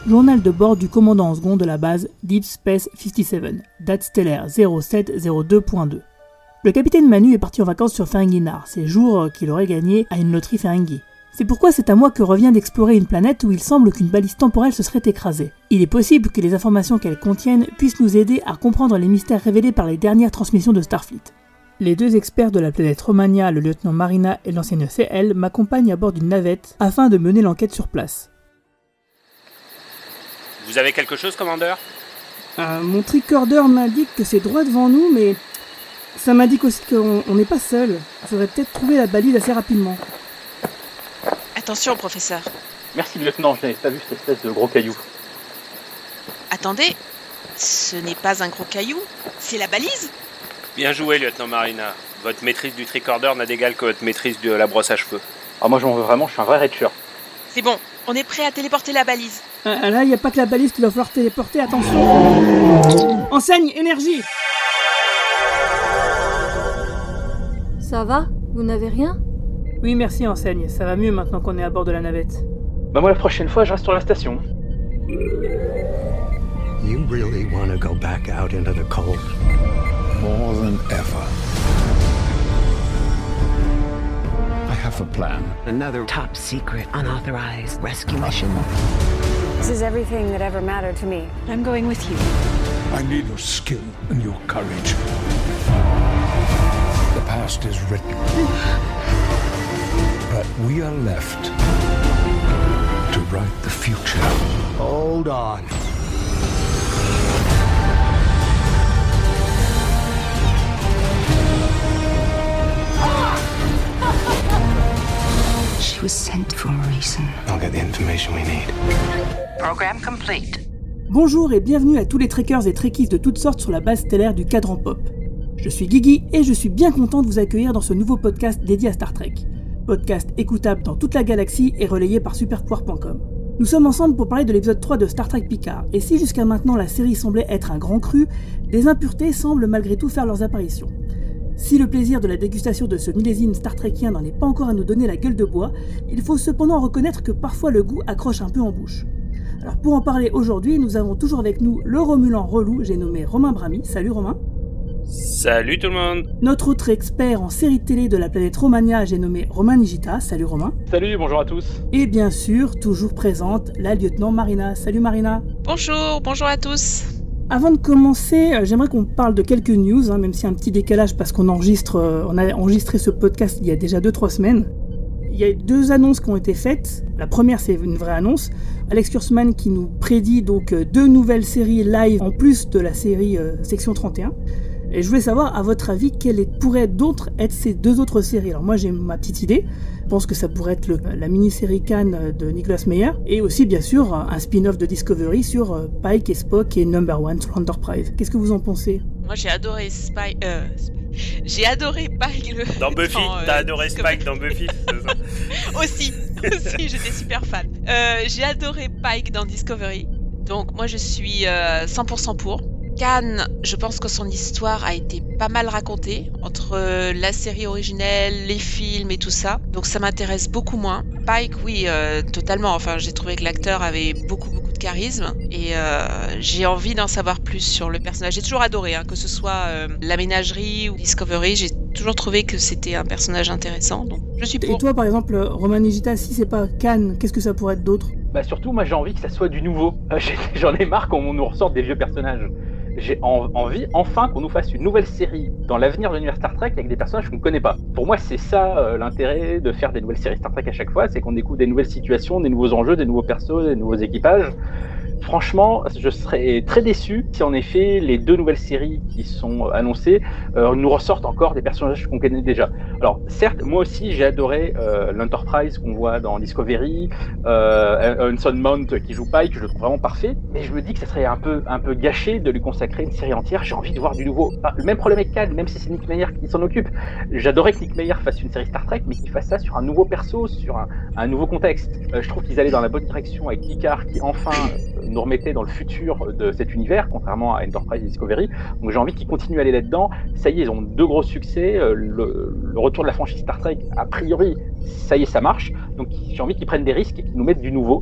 journal de bord du commandant en second de la base Deep Space 57, date stellaire 0702.2. Le capitaine Manu est parti en vacances sur Ferenginar, ces jours qu'il aurait gagnés à une loterie Ferengi. C'est pourquoi c'est à moi que revient d'explorer une planète où il semble qu'une balise temporelle se serait écrasée. Il est possible que les informations qu'elle contienne puissent nous aider à comprendre les mystères révélés par les dernières transmissions de Starfleet. Les deux experts de la planète Romania, le lieutenant Marina et l'ancienne CL, m'accompagnent à bord d'une navette afin de mener l'enquête sur place. Vous avez quelque chose, commandeur ? Mon tricorder m'indique que c'est droit devant nous, mais ça m'indique aussi qu'on n'est pas seul. Il faudrait peut-être trouver la balise assez rapidement. Attention, professeur. Merci, lieutenant, je n'avais pas vu cette espèce de gros caillou. Attendez, ce n'est pas un gros caillou, c'est la balise ? Bien joué, lieutenant Marina. Votre maîtrise du tricorder n'a d'égal que votre maîtrise de la brosse à cheveux. Ah, moi j'en veux vraiment, je suis un vrai redshirt. C'est bon, on est prêt à téléporter la balise. Là, il n'y a pas que la balise qu'il va falloir téléporter, attention. Enseigne, énergie. Ça va ? Vous n'avez rien ? Oui, merci, enseigne. Ça va mieux maintenant qu'on est à bord de la navette. Bah moi la prochaine fois, je reste sur la station. You really want to go back out into the cold? More than ever. I have a plan. Another top secret, unauthorized rescue mission. This is everything that ever mattered to me. I'm going with you. I need your skill and your courage. The past is written. But we are left to write the future. Hold on. She was sent for a reason. I'll get the information we need. Program complete. Bonjour et bienvenue à tous les trekkers et trekkies de toutes sortes sur la base stellaire du Cadran Pop. Je suis Guigui et je suis bien content de vous accueillir dans ce nouveau podcast dédié à Star Trek. Podcast écoutable dans toute la galaxie et relayé par superpouvoir.com. Nous sommes ensemble pour parler de l'épisode 3 de Star Trek Picard, et si jusqu'à maintenant la série semblait être un grand cru, des impuretés semblent malgré tout faire leurs apparitions. Si le plaisir de la dégustation de ce millésime Star Trekien n'en est pas encore à nous donner la gueule de bois, il faut cependant reconnaître que parfois le goût accroche un peu en bouche. Alors pour en parler aujourd'hui, nous avons toujours avec nous le Romulan relou, j'ai nommé Romain Bramy. Salut Romain. Salut tout le monde. Notre autre expert en série télé de la planète Romania, j'ai nommé Romain Nigita. Salut Romain. Salut, bonjour à tous. Et bien sûr, toujours présente, la lieutenant Marina. Salut Marina. Bonjour à tous. Avant de commencer, j'aimerais qu'on parle de quelques news, même s'il y a un petit décalage parce qu'on a enregistré ce podcast il y a déjà 2-3 semaines. Il y a 2 annonces qui ont été faites. La première, c'est une vraie annonce. Alex Kurtzman qui nous prédit donc 2 nouvelles séries live en plus de la série Section 31. Et je voulais savoir, à votre avis, quelles pourraient d'autres être ces 2 autres séries. Alors moi, j'ai ma petite idée. Je pense que ça pourrait être la mini-série Khan de Nicholas Meyer. Et aussi, bien sûr, un spin-off de Discovery sur Pike et Spock et Number One sur l'Enterprise. Qu'est-ce que vous en pensez ? Moi, j'ai adoré J'ai adoré Pike Dans Buffy, t'as adoré Spike dans Buffy, c'est ça ? Aussi, j'étais super fan. J'ai adoré Pike dans Discovery. Donc moi, je suis 100% pour. Khan, je pense que son histoire a été pas mal racontée entre la série originelle, les films et tout ça. Donc ça m'intéresse beaucoup moins. Pike, oui, totalement. Enfin, j'ai trouvé que l'acteur avait beaucoup de charisme et j'ai envie d'en savoir plus sur le personnage. J'ai toujours adoré, que ce soit la ménagerie ou Discovery, j'ai toujours trouvé que c'était un personnage intéressant. Donc je suis pour. Et toi, par exemple, Romain Nigita, si c'est pas Khan, qu'est-ce que ça pourrait être d'autre ? Bah surtout, moi j'ai envie que ça soit du nouveau. J'en ai marre qu'on nous ressorte des vieux personnages. J'ai envie enfin qu'on nous fasse une nouvelle série dans l'avenir de l'univers Star Trek avec des personnages qu'on ne connaît pas. Pour moi, c'est ça l'intérêt de faire des nouvelles séries Star Trek à chaque fois, c'est qu'on découvre des nouvelles situations, des nouveaux enjeux, des nouveaux persos, des nouveaux équipages. Franchement, je serais très déçu si en effet les 2 nouvelles séries qui sont annoncées nous ressortent encore des personnages qu'on connaît déjà. Alors certes, moi aussi j'ai adoré l'Enterprise qu'on voit dans Discovery, Anson Mount qui joue Pike, je le trouve vraiment parfait, mais je me dis que ça serait un peu gâché de lui consacrer une série entière. J'ai envie de voir du nouveau. Le même problème avec Khan, même si c'est Nick Meyer qui s'en occupe. J'adorais que Nick Meyer fasse une série Star Trek, mais qu'il fasse ça sur un nouveau perso, sur un nouveau contexte. Je trouve qu'ils allaient dans la bonne direction avec Picard qui enfin nous remettait dans le futur de cet univers, contrairement à Enterprise et Discovery. Donc j'ai envie qu'ils continuent à aller là-dedans. Ça y est, ils ont 2 gros succès. Le retour de la franchise Star Trek, a priori, ça y est, ça marche. Donc j'ai envie qu'ils prennent des risques et qu'ils nous mettent du nouveau.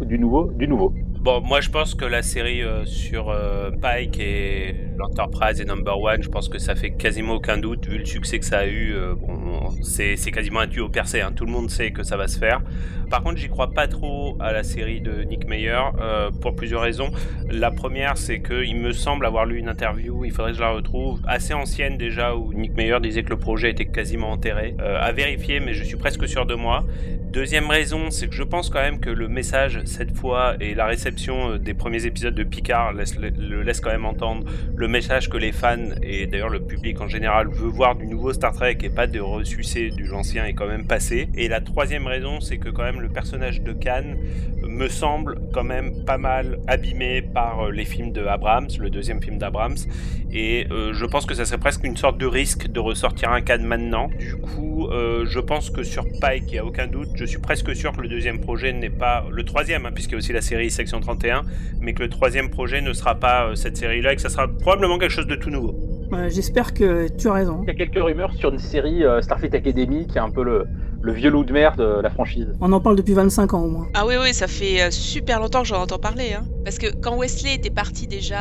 Bon, moi je pense que la série sur Pike et l'Enterprise et Number One, je pense que ça fait quasiment aucun doute, vu le succès que ça a eu. C'est quasiment un tuyau percé, hein. Tout le monde sait que ça va se faire. Par contre, j'y crois pas trop à la série de Nick Meyer, pour plusieurs raisons. La première, c'est qu'il me semble avoir lu une interview, il faudrait que je la retrouve, assez ancienne déjà, où Nick Meyer disait que le projet était quasiment enterré. À vérifier, mais je suis presque sûr de moi. Deuxième raison, c'est que je pense quand même que le message, cette fois, et la réception des premiers épisodes de Picard le laisse quand même entendre le message que les fans, et d'ailleurs le public en général, veut voir du nouveau Star Trek et pas de ressucé de l'ancien est quand même passé. Et la troisième raison, c'est que quand même le personnage de Khan me semble quand même pas mal abîmé par les films de Abrams, le deuxième film d'Abrams, et je pense que ça serait presque une sorte de risque de ressortir un Khan maintenant. Du coup, je pense que sur Pike, il n'y a aucun doute, je suis presque sûr que le deuxième projet n'est pas le troisième, puisqu'il y a aussi la série Section 31, mais que le troisième projet ne sera pas cette série-là et que ça sera probablement quelque chose de tout nouveau. J'espère que tu as raison. Il y a quelques rumeurs sur une série Starfleet Academy qui est un peu le vieux loup de mer de la franchise. On en parle depuis 25 ans au moins. Ah oui, ça fait super longtemps que j'en entends parler. Hein. Parce que quand Wesley était parti déjà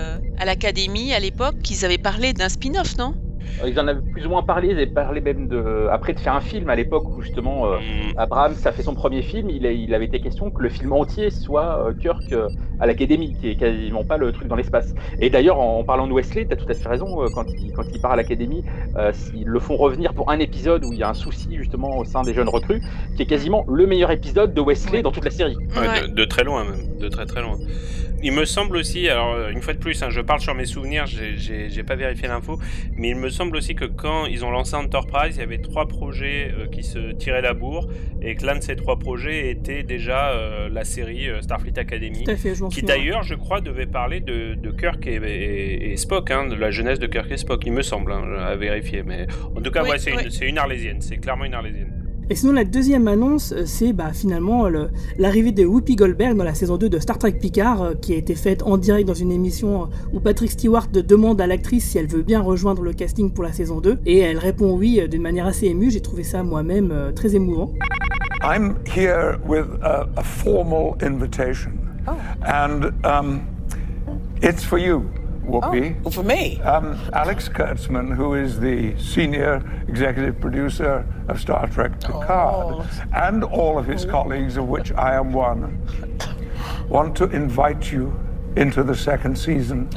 à l'Académie à l'époque, ils avaient parlé d'un spin-off, non ? Ils en avaient plus ou moins parlé, ils avaient parlé même après de faire un film à l'époque où justement Abrams a fait son premier film, il avait été question que le film entier soit Kirk à l'Académie, qui est quasiment pas le truc dans l'espace. Et d'ailleurs, en parlant de Wesley, t'as tout à fait raison, quand il part à l'Académie, ils le font revenir pour un épisode où il y a un souci justement au sein des jeunes recrues, qui est quasiment le meilleur épisode de Wesley dans toute la série. Ouais, de très loin même, de très très loin. Il me semble aussi, alors une fois de plus, je parle sur mes souvenirs, j'ai pas vérifié l'info, mais il me semble aussi que quand ils ont lancé Enterprise, il y avait 3 projets qui se tiraient la bourre, et que l'un de ces 3 projets était déjà la série Starfleet Academy, qui d'ailleurs, je crois, devait parler de Kirk et Spock, de la jeunesse de Kirk et Spock, il me semble, à vérifier, mais en tout cas, oui, c'est une Arlésienne, c'est clairement une Arlésienne. Et sinon, la deuxième annonce, c'est finalement l'arrivée de Whoopi Goldberg dans la saison 2 de Star Trek Picard, qui a été faite en direct dans une émission où Patrick Stewart demande à l'actrice si elle veut bien rejoindre le casting pour la saison 2, et elle répond oui d'une manière assez émue. J'ai trouvé ça moi-même très émouvant. I'm here with a formal invitation, and it's for you. Whoopi. Oh, for me? Alex Kurtzman, who is the senior executive producer of Star Trek Picard, and all of his colleagues, of which I am one, want to invite you into the second season.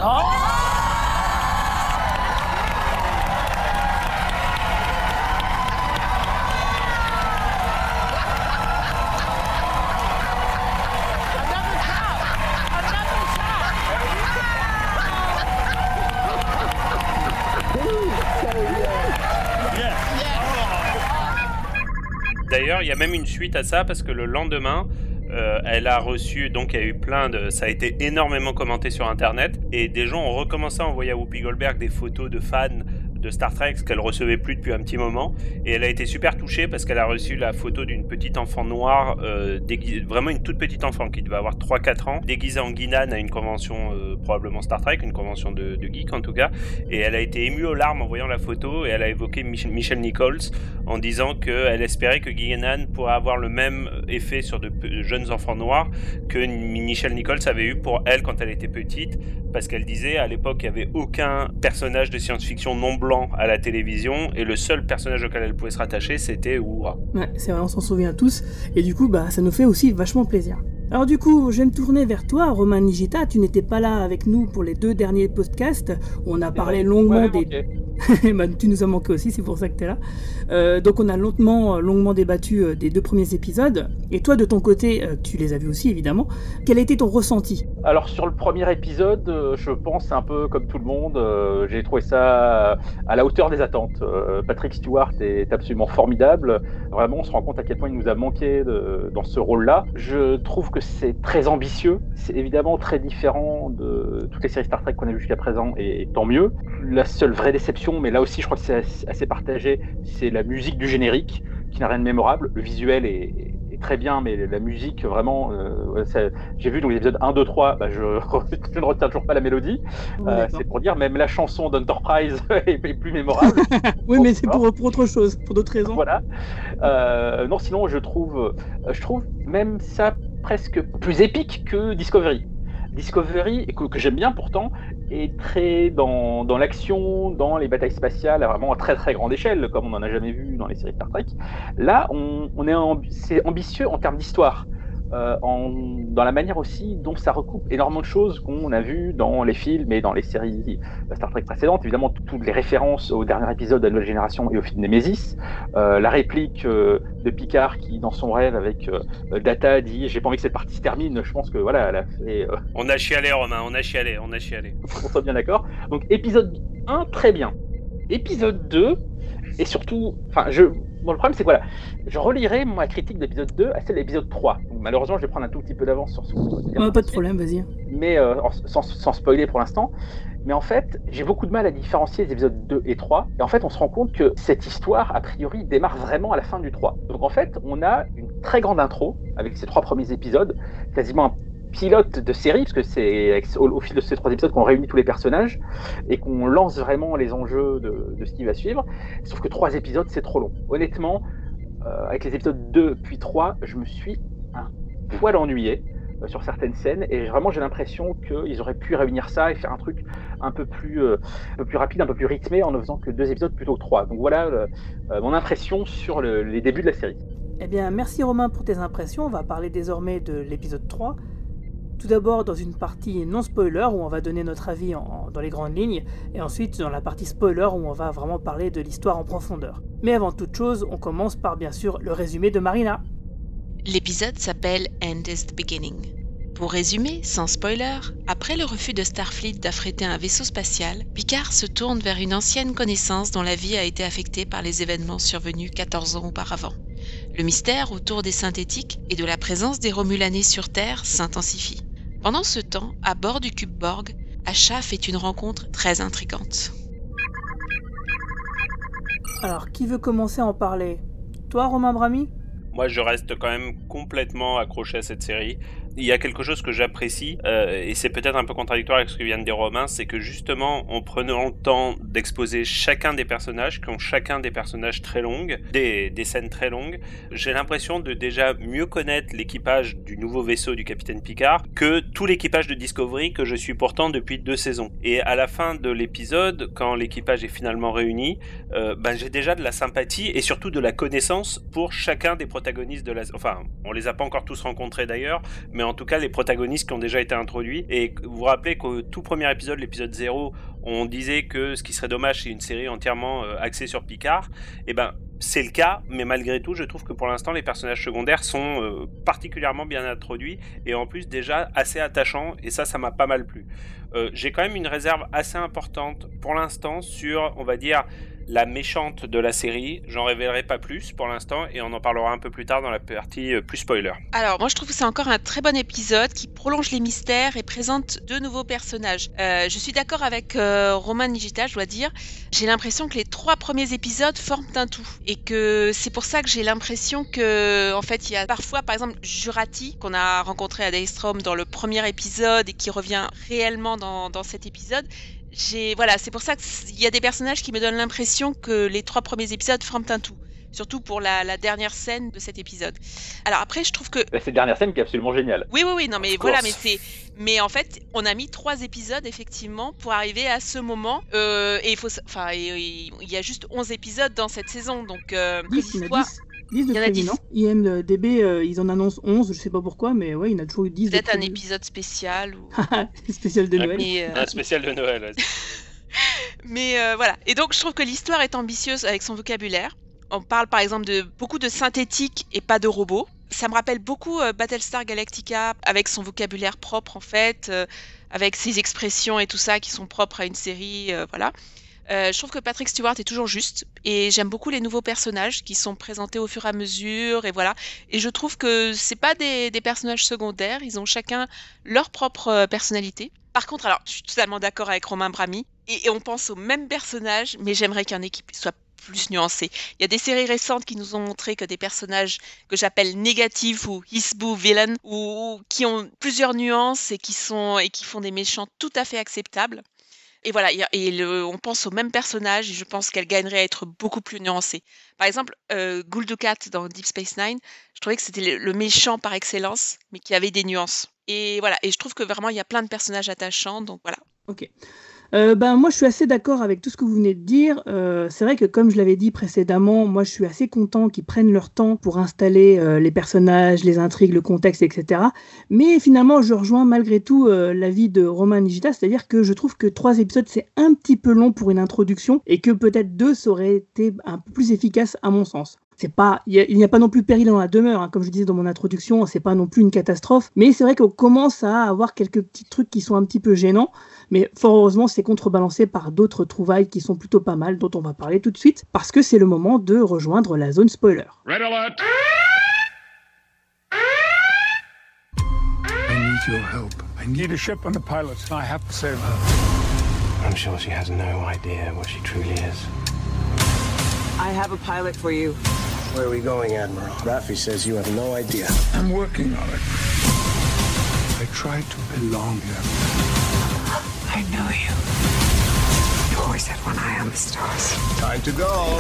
D'ailleurs, il y a même une suite à ça, parce que le lendemain, elle a reçu, donc il y a eu ça a été énormément commenté sur internet, et des gens ont recommencé à envoyer à Whoopi Goldberg des photos de fans de Star Trek, ce qu'elle recevait plus depuis un petit moment, et elle a été super touchée parce qu'elle a reçu la photo d'une petite enfant noire, vraiment une toute petite enfant qui devait avoir 3-4 ans, déguisée en Guinan à une convention probablement Star Trek, une convention de geek en tout cas, et elle a été émue aux larmes en voyant la photo, et elle a évoqué Michelle Nichols en disant qu'elle espérait que Guinan pourrait avoir le même effet sur de jeunes enfants noirs que Michelle Nichols avait eu pour elle quand elle était petite, parce qu'elle disait à l'époque qu'il n'y avait aucun personnage de science-fiction non blanc à la télévision, et le seul personnage auquel elle pouvait se rattacher, c'était Uhura. Ouais, c'est vrai, on s'en souvient tous, et du coup, ça nous fait aussi vachement plaisir. Alors du coup, je vais me tourner vers toi, Romain Nigita. Tu n'étais pas là avec nous pour les 2 derniers podcasts, où on a parlé longuement des... tu nous as manqué aussi, c'est pour ça que t'es là. Donc on a longuement débattu des 2 premiers épisodes. Et toi, de ton côté, tu les as vus aussi, évidemment. Quel a été ton ressenti ? Alors sur le premier épisode, je pense un peu comme tout le monde, j'ai trouvé ça à la hauteur des attentes. Patrick Stewart est absolument formidable. Vraiment, on se rend compte à quel point il nous a manqué dans ce rôle-là. Je trouve que c'est très ambitieux. C'est évidemment très différent de toutes les séries Star Trek qu'on a vues jusqu'à présent, et tant mieux. La seule vraie déception, mais là aussi je crois que c'est assez partagé, c'est la musique du générique, qui n'a rien de mémorable. Le visuel est très bien, mais la musique, vraiment, j'ai vu donc les épisodes 1, 2, 3, je ne retiens toujours pas la mélodie. C'est pour dire, même la chanson d'Enterprise est plus mémorable. Oui, mais c'est pour autre chose, pour d'autres raisons. Voilà. Non, sinon, je trouve même ça presque plus épique que Discovery. Discovery, que j'aime bien pourtant, est très dans l'action, dans les batailles spatiales, vraiment à très très grande échelle, comme on n'en a jamais vu dans les séries Star Trek. Là, c'est ambitieux en termes d'histoire, dans la manière aussi dont ça recoupe énormément de choses qu'on a vues dans les films et dans les séries Star Trek précédentes. Évidemment, toutes les références au dernier épisode de la Nouvelle Génération et au film Nemesis, la réplique de Picard qui, dans son rêve avec Data, dit « J'ai pas envie que cette partie se termine », je pense que voilà, elle a fait... On a chialé, Romain, on a chialé. On soit bien d'accord. Donc, épisode 1, très bien. Épisode 2, et surtout... Bon, le problème, c'est que voilà, je relirai ma critique de l'épisode 2 à celle de l'épisode 3. Donc, malheureusement, je vais prendre un tout petit peu d'avance sur ce qu'on va dire. Pas de problème, vas-y. Mais sans spoiler pour l'instant. Mais en fait, j'ai beaucoup de mal à différencier les épisodes 2 et 3. Et en fait, on se rend compte que cette histoire, a priori, démarre vraiment à la fin du 3. Donc en fait, on a une très grande intro avec ces 3 premiers épisodes, quasiment un pilote de série, parce que c'est au fil de ces 3 épisodes qu'on réunit tous les personnages et qu'on lance vraiment les enjeux de ce qui va suivre. Sauf que 3 épisodes, c'est trop long. Honnêtement, avec les épisodes 2 puis 3, je me suis un poil ennuyé sur certaines scènes, et vraiment j'ai l'impression qu'ils auraient pu réunir ça et faire un truc un peu plus rapide, un peu plus rythmé, en ne faisant que 2 épisodes plutôt que 3. Donc voilà mon impression sur les débuts de la série. Eh bien, merci Romain pour tes impressions. On va parler désormais de l'épisode 3. Tout d'abord dans une partie non-spoiler où on va donner notre avis dans les grandes lignes, et ensuite dans la partie spoiler où on va vraiment parler de l'histoire en profondeur. Mais avant toute chose, on commence par bien sûr le résumé de Marina. L'épisode s'appelle End is the Beginning. Pour résumer, sans spoiler, après le refus de Starfleet d'affréter un vaisseau spatial, Picard se tourne vers une ancienne connaissance dont la vie a été affectée par les événements survenus 14 ans auparavant. Le mystère autour des synthétiques et de la présence des Romulanais sur Terre s'intensifie. Pendant ce temps, à bord du cube Borg, Asha fait une rencontre très intrigante. Alors, qui veut commencer à en parler ? Toi, Romain Brami ? Moi, je reste quand même complètement accroché à cette série. Il y a quelque chose que j'apprécie, et c'est peut-être un peu contradictoire avec ce que vient de dire Romain, c'est que justement, en prenant le temps d'exposer chacun des personnages, qui ont chacun des personnages très longues, des scènes très longues, j'ai l'impression de déjà mieux connaître l'équipage du nouveau vaisseau du capitaine Picard que tout l'équipage de Discovery que je suis pourtant depuis 2 saisons. Et à la fin de l'épisode, quand l'équipage est finalement réuni, j'ai déjà de la sympathie et surtout de la connaissance pour chacun des protagonistes de la... Enfin, on les a pas encore tous rencontrés d'ailleurs, mais en tout cas les protagonistes qui ont déjà été introduits. Et vous vous rappelez qu'au tout premier épisode, l'épisode 0, on disait que ce qui serait dommage, c'est une série entièrement axée sur Picard. Et c'est le cas, mais malgré tout, je trouve que pour l'instant, les personnages secondaires sont particulièrement bien introduits et en plus déjà assez attachants, et ça m'a pas mal plu. J'ai quand même une réserve assez importante pour l'instant sur, on va dire, la méchante de la série. J'en révélerai pas plus pour l'instant et on en parlera un peu plus tard dans la partie plus spoiler. Alors moi je trouve que c'est encore un très bon épisode qui prolonge les mystères et présente 2 nouveaux personnages. Je suis d'accord avec Romain Nigita, je dois dire. J'ai l'impression que les 3 premiers épisodes forment un tout et que c'est pour ça que j'ai l'impression que en fait il y a parfois par exemple Jurati qu'on a rencontré à Daystrom dans le premier épisode et qui revient réellement dans cet épisode. C'est pour ça qu'il y a des personnages qui me donnent l'impression que les 3 premiers épisodes forment un tout. Surtout pour la dernière scène de cet épisode. Alors après, je trouve que... Cette dernière scène qui est absolument géniale. Oui, non mais voilà, mais en fait, on a mis 3 épisodes effectivement pour arriver à ce moment. Et il y a juste 11 épisodes dans cette saison, donc l'histoire... 10 de prévu, non ? IMDb, ils en annoncent 11, je sais pas pourquoi, mais ouais, il y en a toujours eu 10. Peut-être un épisode spécial. Spécial de Noël. Un spécial de Noël, ouais. Mais voilà. Et donc, je trouve que l'histoire est ambitieuse avec son vocabulaire. On parle par exemple de beaucoup de synthétiques et pas de robots. Ça me rappelle beaucoup Battlestar Galactica avec son vocabulaire propre en fait, avec ses expressions et tout ça qui sont propres à une série, voilà. Je trouve que Patrick Stewart est toujours juste et j'aime beaucoup les nouveaux personnages qui sont présentés au fur et à mesure et voilà. Et je trouve que c'est pas des personnages secondaires, ils ont chacun leur propre personnalité. Par contre, alors je suis totalement d'accord avec Romain Brami et on pense au même personnage, mais j'aimerais qu'il y en ait qui soient plus nuancé. Il y a des séries récentes qui nous ont montré que des personnages que j'appelle négatifs ou his-boo villain, ou qui ont plusieurs nuances et qui font des méchants tout à fait acceptables. Et voilà, on pense au même personnage et je pense qu'elle gagnerait à être beaucoup plus nuancée. Par exemple, Gul Dukat dans Deep Space Nine, je trouvais que c'était le méchant par excellence, mais qui avait des nuances. Et voilà, et je trouve que vraiment il y a plein de personnages attachants, donc voilà. Ok. Moi, je suis assez d'accord avec tout ce que vous venez de dire. C'est vrai que, comme je l'avais dit précédemment, moi, je suis assez content qu'ils prennent leur temps pour installer les personnages, les intrigues, le contexte, etc. Mais finalement, je rejoins malgré tout l'avis de Romain Nigita, c'est-à-dire que je trouve que 3 épisodes, c'est un petit peu long pour une introduction et que peut-être 2, ça aurait été un peu plus efficace à mon sens. Il n'y a pas non plus péril dans la demeure, hein. Comme je disais dans mon introduction, c'est pas non plus une catastrophe, mais c'est vrai qu'on commence à avoir quelques petits trucs qui sont un petit peu gênants, mais fort heureusement c'est contrebalancé par d'autres trouvailles qui sont plutôt pas mal, dont on va parler tout de suite, parce que c'est le moment de rejoindre la zone spoiler. Red alert! I need your help. I need a ship and a pilot. I have to save her. I'm sure she has no idea what she truly is. I have a pilot for you. Where are we going, Admiral? Raffi says you have no idea. I'm working on it. I tried to belong here. I know you. You always had one eye on the stars. Time to go.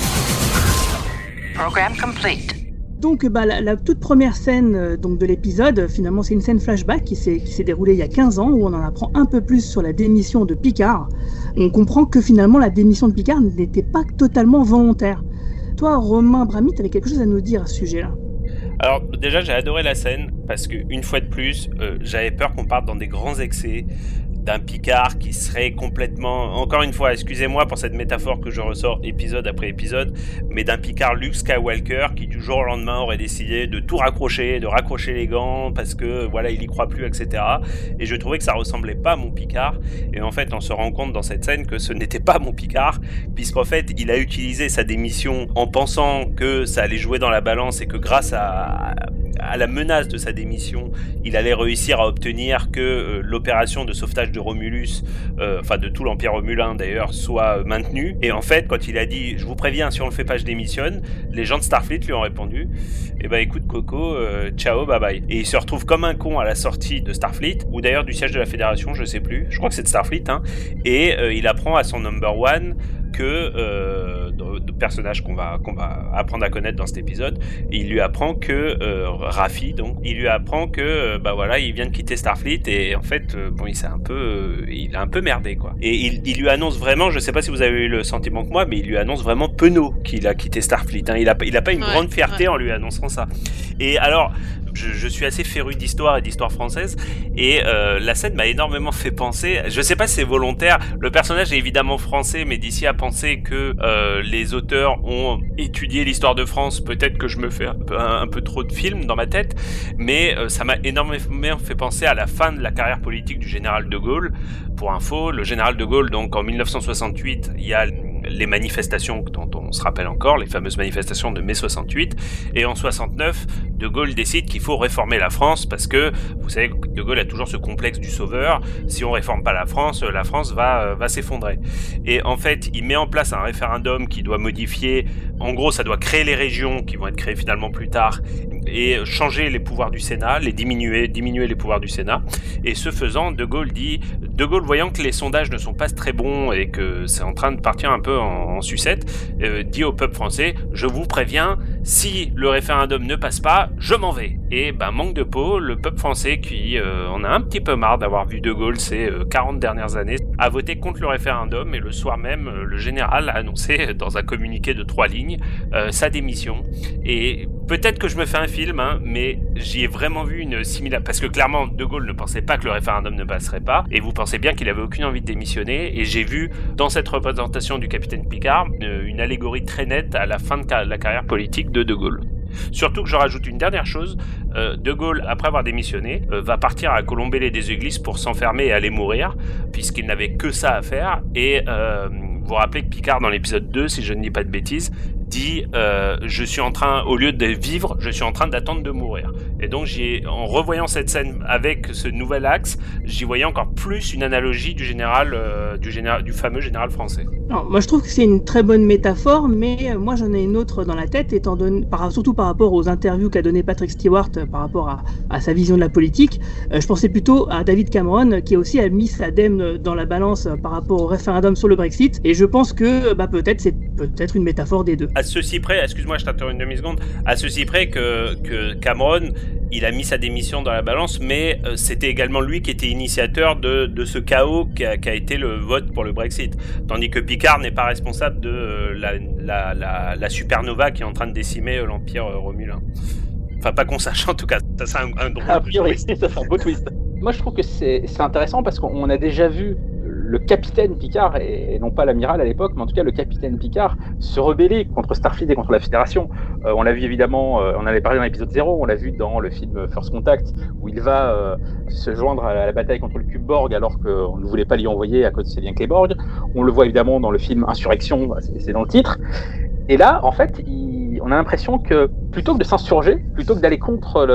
Program complete. Donc la toute première scène donc de l'épisode, finalement c'est une scène flashback qui s'est déroulée il y a 15 ans où on en apprend un peu plus sur la démission de Picard. On comprend que finalement la démission de Picard n'était pas totalement volontaire. Toi Romain Brami, tu avais quelque chose à nous dire à ce sujet-là? Alors déjà j'ai adoré la scène parce que une fois de plus j'avais peur qu'on parte dans des grands excès d'un Picard qui serait complètement, encore une fois, excusez-moi pour cette métaphore que je ressors épisode après épisode, mais d'un Picard Luke Skywalker qui du jour au lendemain aurait décidé de tout raccrocher, de raccrocher les gants parce que voilà il y croit plus, etc. Et je trouvais que ça ressemblait pas à mon Picard. Et en fait on se rend compte dans cette scène que ce n'était pas mon Picard, puisqu'en fait il a utilisé sa démission en pensant que ça allait jouer dans la balance et que grâce à la menace de sa démission, il allait réussir à obtenir que l'opération de sauvetage de Romulus, enfin de tout l'Empire Romulin d'ailleurs, soit maintenue. Et en fait, quand il a dit « je vous préviens, si on le fait pas, je démissionne », les gens de Starfleet lui ont répondu « eh ben écoute Coco, ciao, bye bye ». Et il se retrouve comme un con à la sortie de Starfleet, ou d'ailleurs du siège de la Fédération, je sais plus, je crois que c'est de Starfleet, hein, et il apprend à son number one que de personnages qu'on va apprendre à connaître dans cet épisode, il lui apprend que Raffi, donc il lui apprend que bah voilà, il vient de quitter Starfleet et en fait bon il a un peu merdé quoi. Et il lui annonce vraiment, je sais pas si vous avez eu le sentiment que moi, mais il lui annonce vraiment penaud qu'il a quitté Starfleet, hein. Il a pas une grande fierté en lui annonçant ça. Et alors je suis assez féru d'histoire et d'histoire française et la scène m'a énormément fait penser, je sais pas si c'est volontaire, le personnage est évidemment français, mais d'ici à penser que les auteurs ont étudié l'histoire de France, peut-être que je me fais un peu trop de films dans ma tête, mais ça m'a énormément fait penser à la fin de la carrière politique du général de Gaulle. Pour info, le général de Gaulle, donc en 1968, il y a les manifestations dont on se rappelle encore, les fameuses manifestations de mai 68, et en 69, de Gaulle décide qu'il faut réformer la France parce que, vous savez, de Gaulle a toujours ce complexe du sauveur, si on réforme pas la France va s'effondrer. Et en fait, il met en place un référendum qui doit modifier, en gros, ça doit créer les régions qui vont être créées finalement plus tard, et changer les pouvoirs du Sénat, diminuer les pouvoirs du Sénat. Et ce faisant, De Gaulle, voyant que les sondages ne sont pas très bons et que c'est en train de partir un peu en sucette, dit au peuple français, je vous préviens, si le référendum ne passe pas, je m'en vais. Et manque de peau, le peuple français qui en a un petit peu marre d'avoir vu De Gaulle ces 40 dernières années, a voté contre le référendum et le soir même, le général a annoncé dans un communiqué de 3 lignes sa démission. Et peut-être que je me fais un film, hein, mais j'y ai vraiment vu une similarité, parce que clairement De Gaulle ne pensait pas que le référendum ne passerait pas, et vous pensez bien qu'il avait aucune envie de démissionner, et j'ai vu dans cette représentation du capitaine Picard une allégorie très nette à la fin de la carrière politique de Gaulle. Surtout que je rajoute une dernière chose, De Gaulle, après avoir démissionné, va partir à Colombey des Églises pour s'enfermer et aller mourir, puisqu'il n'avait que ça à faire, et vous vous rappelez que Picard, dans l'épisode 2, si je ne dis pas de bêtises, dit je suis en train, au lieu de vivre, je suis en train d'attendre de mourir. Et donc en revoyant cette scène avec ce nouvel axe, j'y voyais encore plus une analogie du fameux général français. Alors, moi je trouve que c'est une très bonne métaphore, mais moi j'en ai une autre dans la tête, surtout par rapport aux interviews qu'a donné Patrick Stewart par rapport à sa vision de la politique. Je pensais plutôt à David Cameron qui aussi a mis sa dème dans la balance par rapport au référendum sur le Brexit, et je pense que peut-être c'est une métaphore des deux. À ceci près, excuse-moi, je t'interromps une demi-seconde, à ceci près que Cameron, il a mis sa démission dans la balance, mais c'était également lui qui était initiateur de ce chaos qui a été le vote pour le Brexit. Tandis que Picard n'est pas responsable de la supernova qui est en train de décimer l'Empire romulin. Enfin, pas qu'on sache en tout cas. Ça, c'est un drôle. A priori, ça, c'est un beau twist. Moi, je trouve que c'est intéressant parce qu'on a déjà vu le capitaine Picard, et non pas l'amiral à l'époque, mais en tout cas le capitaine Picard, se rebeller contre Starfleet et contre la Fédération. On l'a vu évidemment, on avait parlé dans l'épisode 0, on l'a vu dans le film First Contact, où il va se joindre à la bataille contre le cube Borg alors qu'on ne voulait pas l'y envoyer à cause de ses liens avec les Borg. On le voit évidemment dans le film Insurrection, c'est dans le titre. Et là, en fait, on a l'impression que plutôt que de s'insurger, plutôt que d'aller contre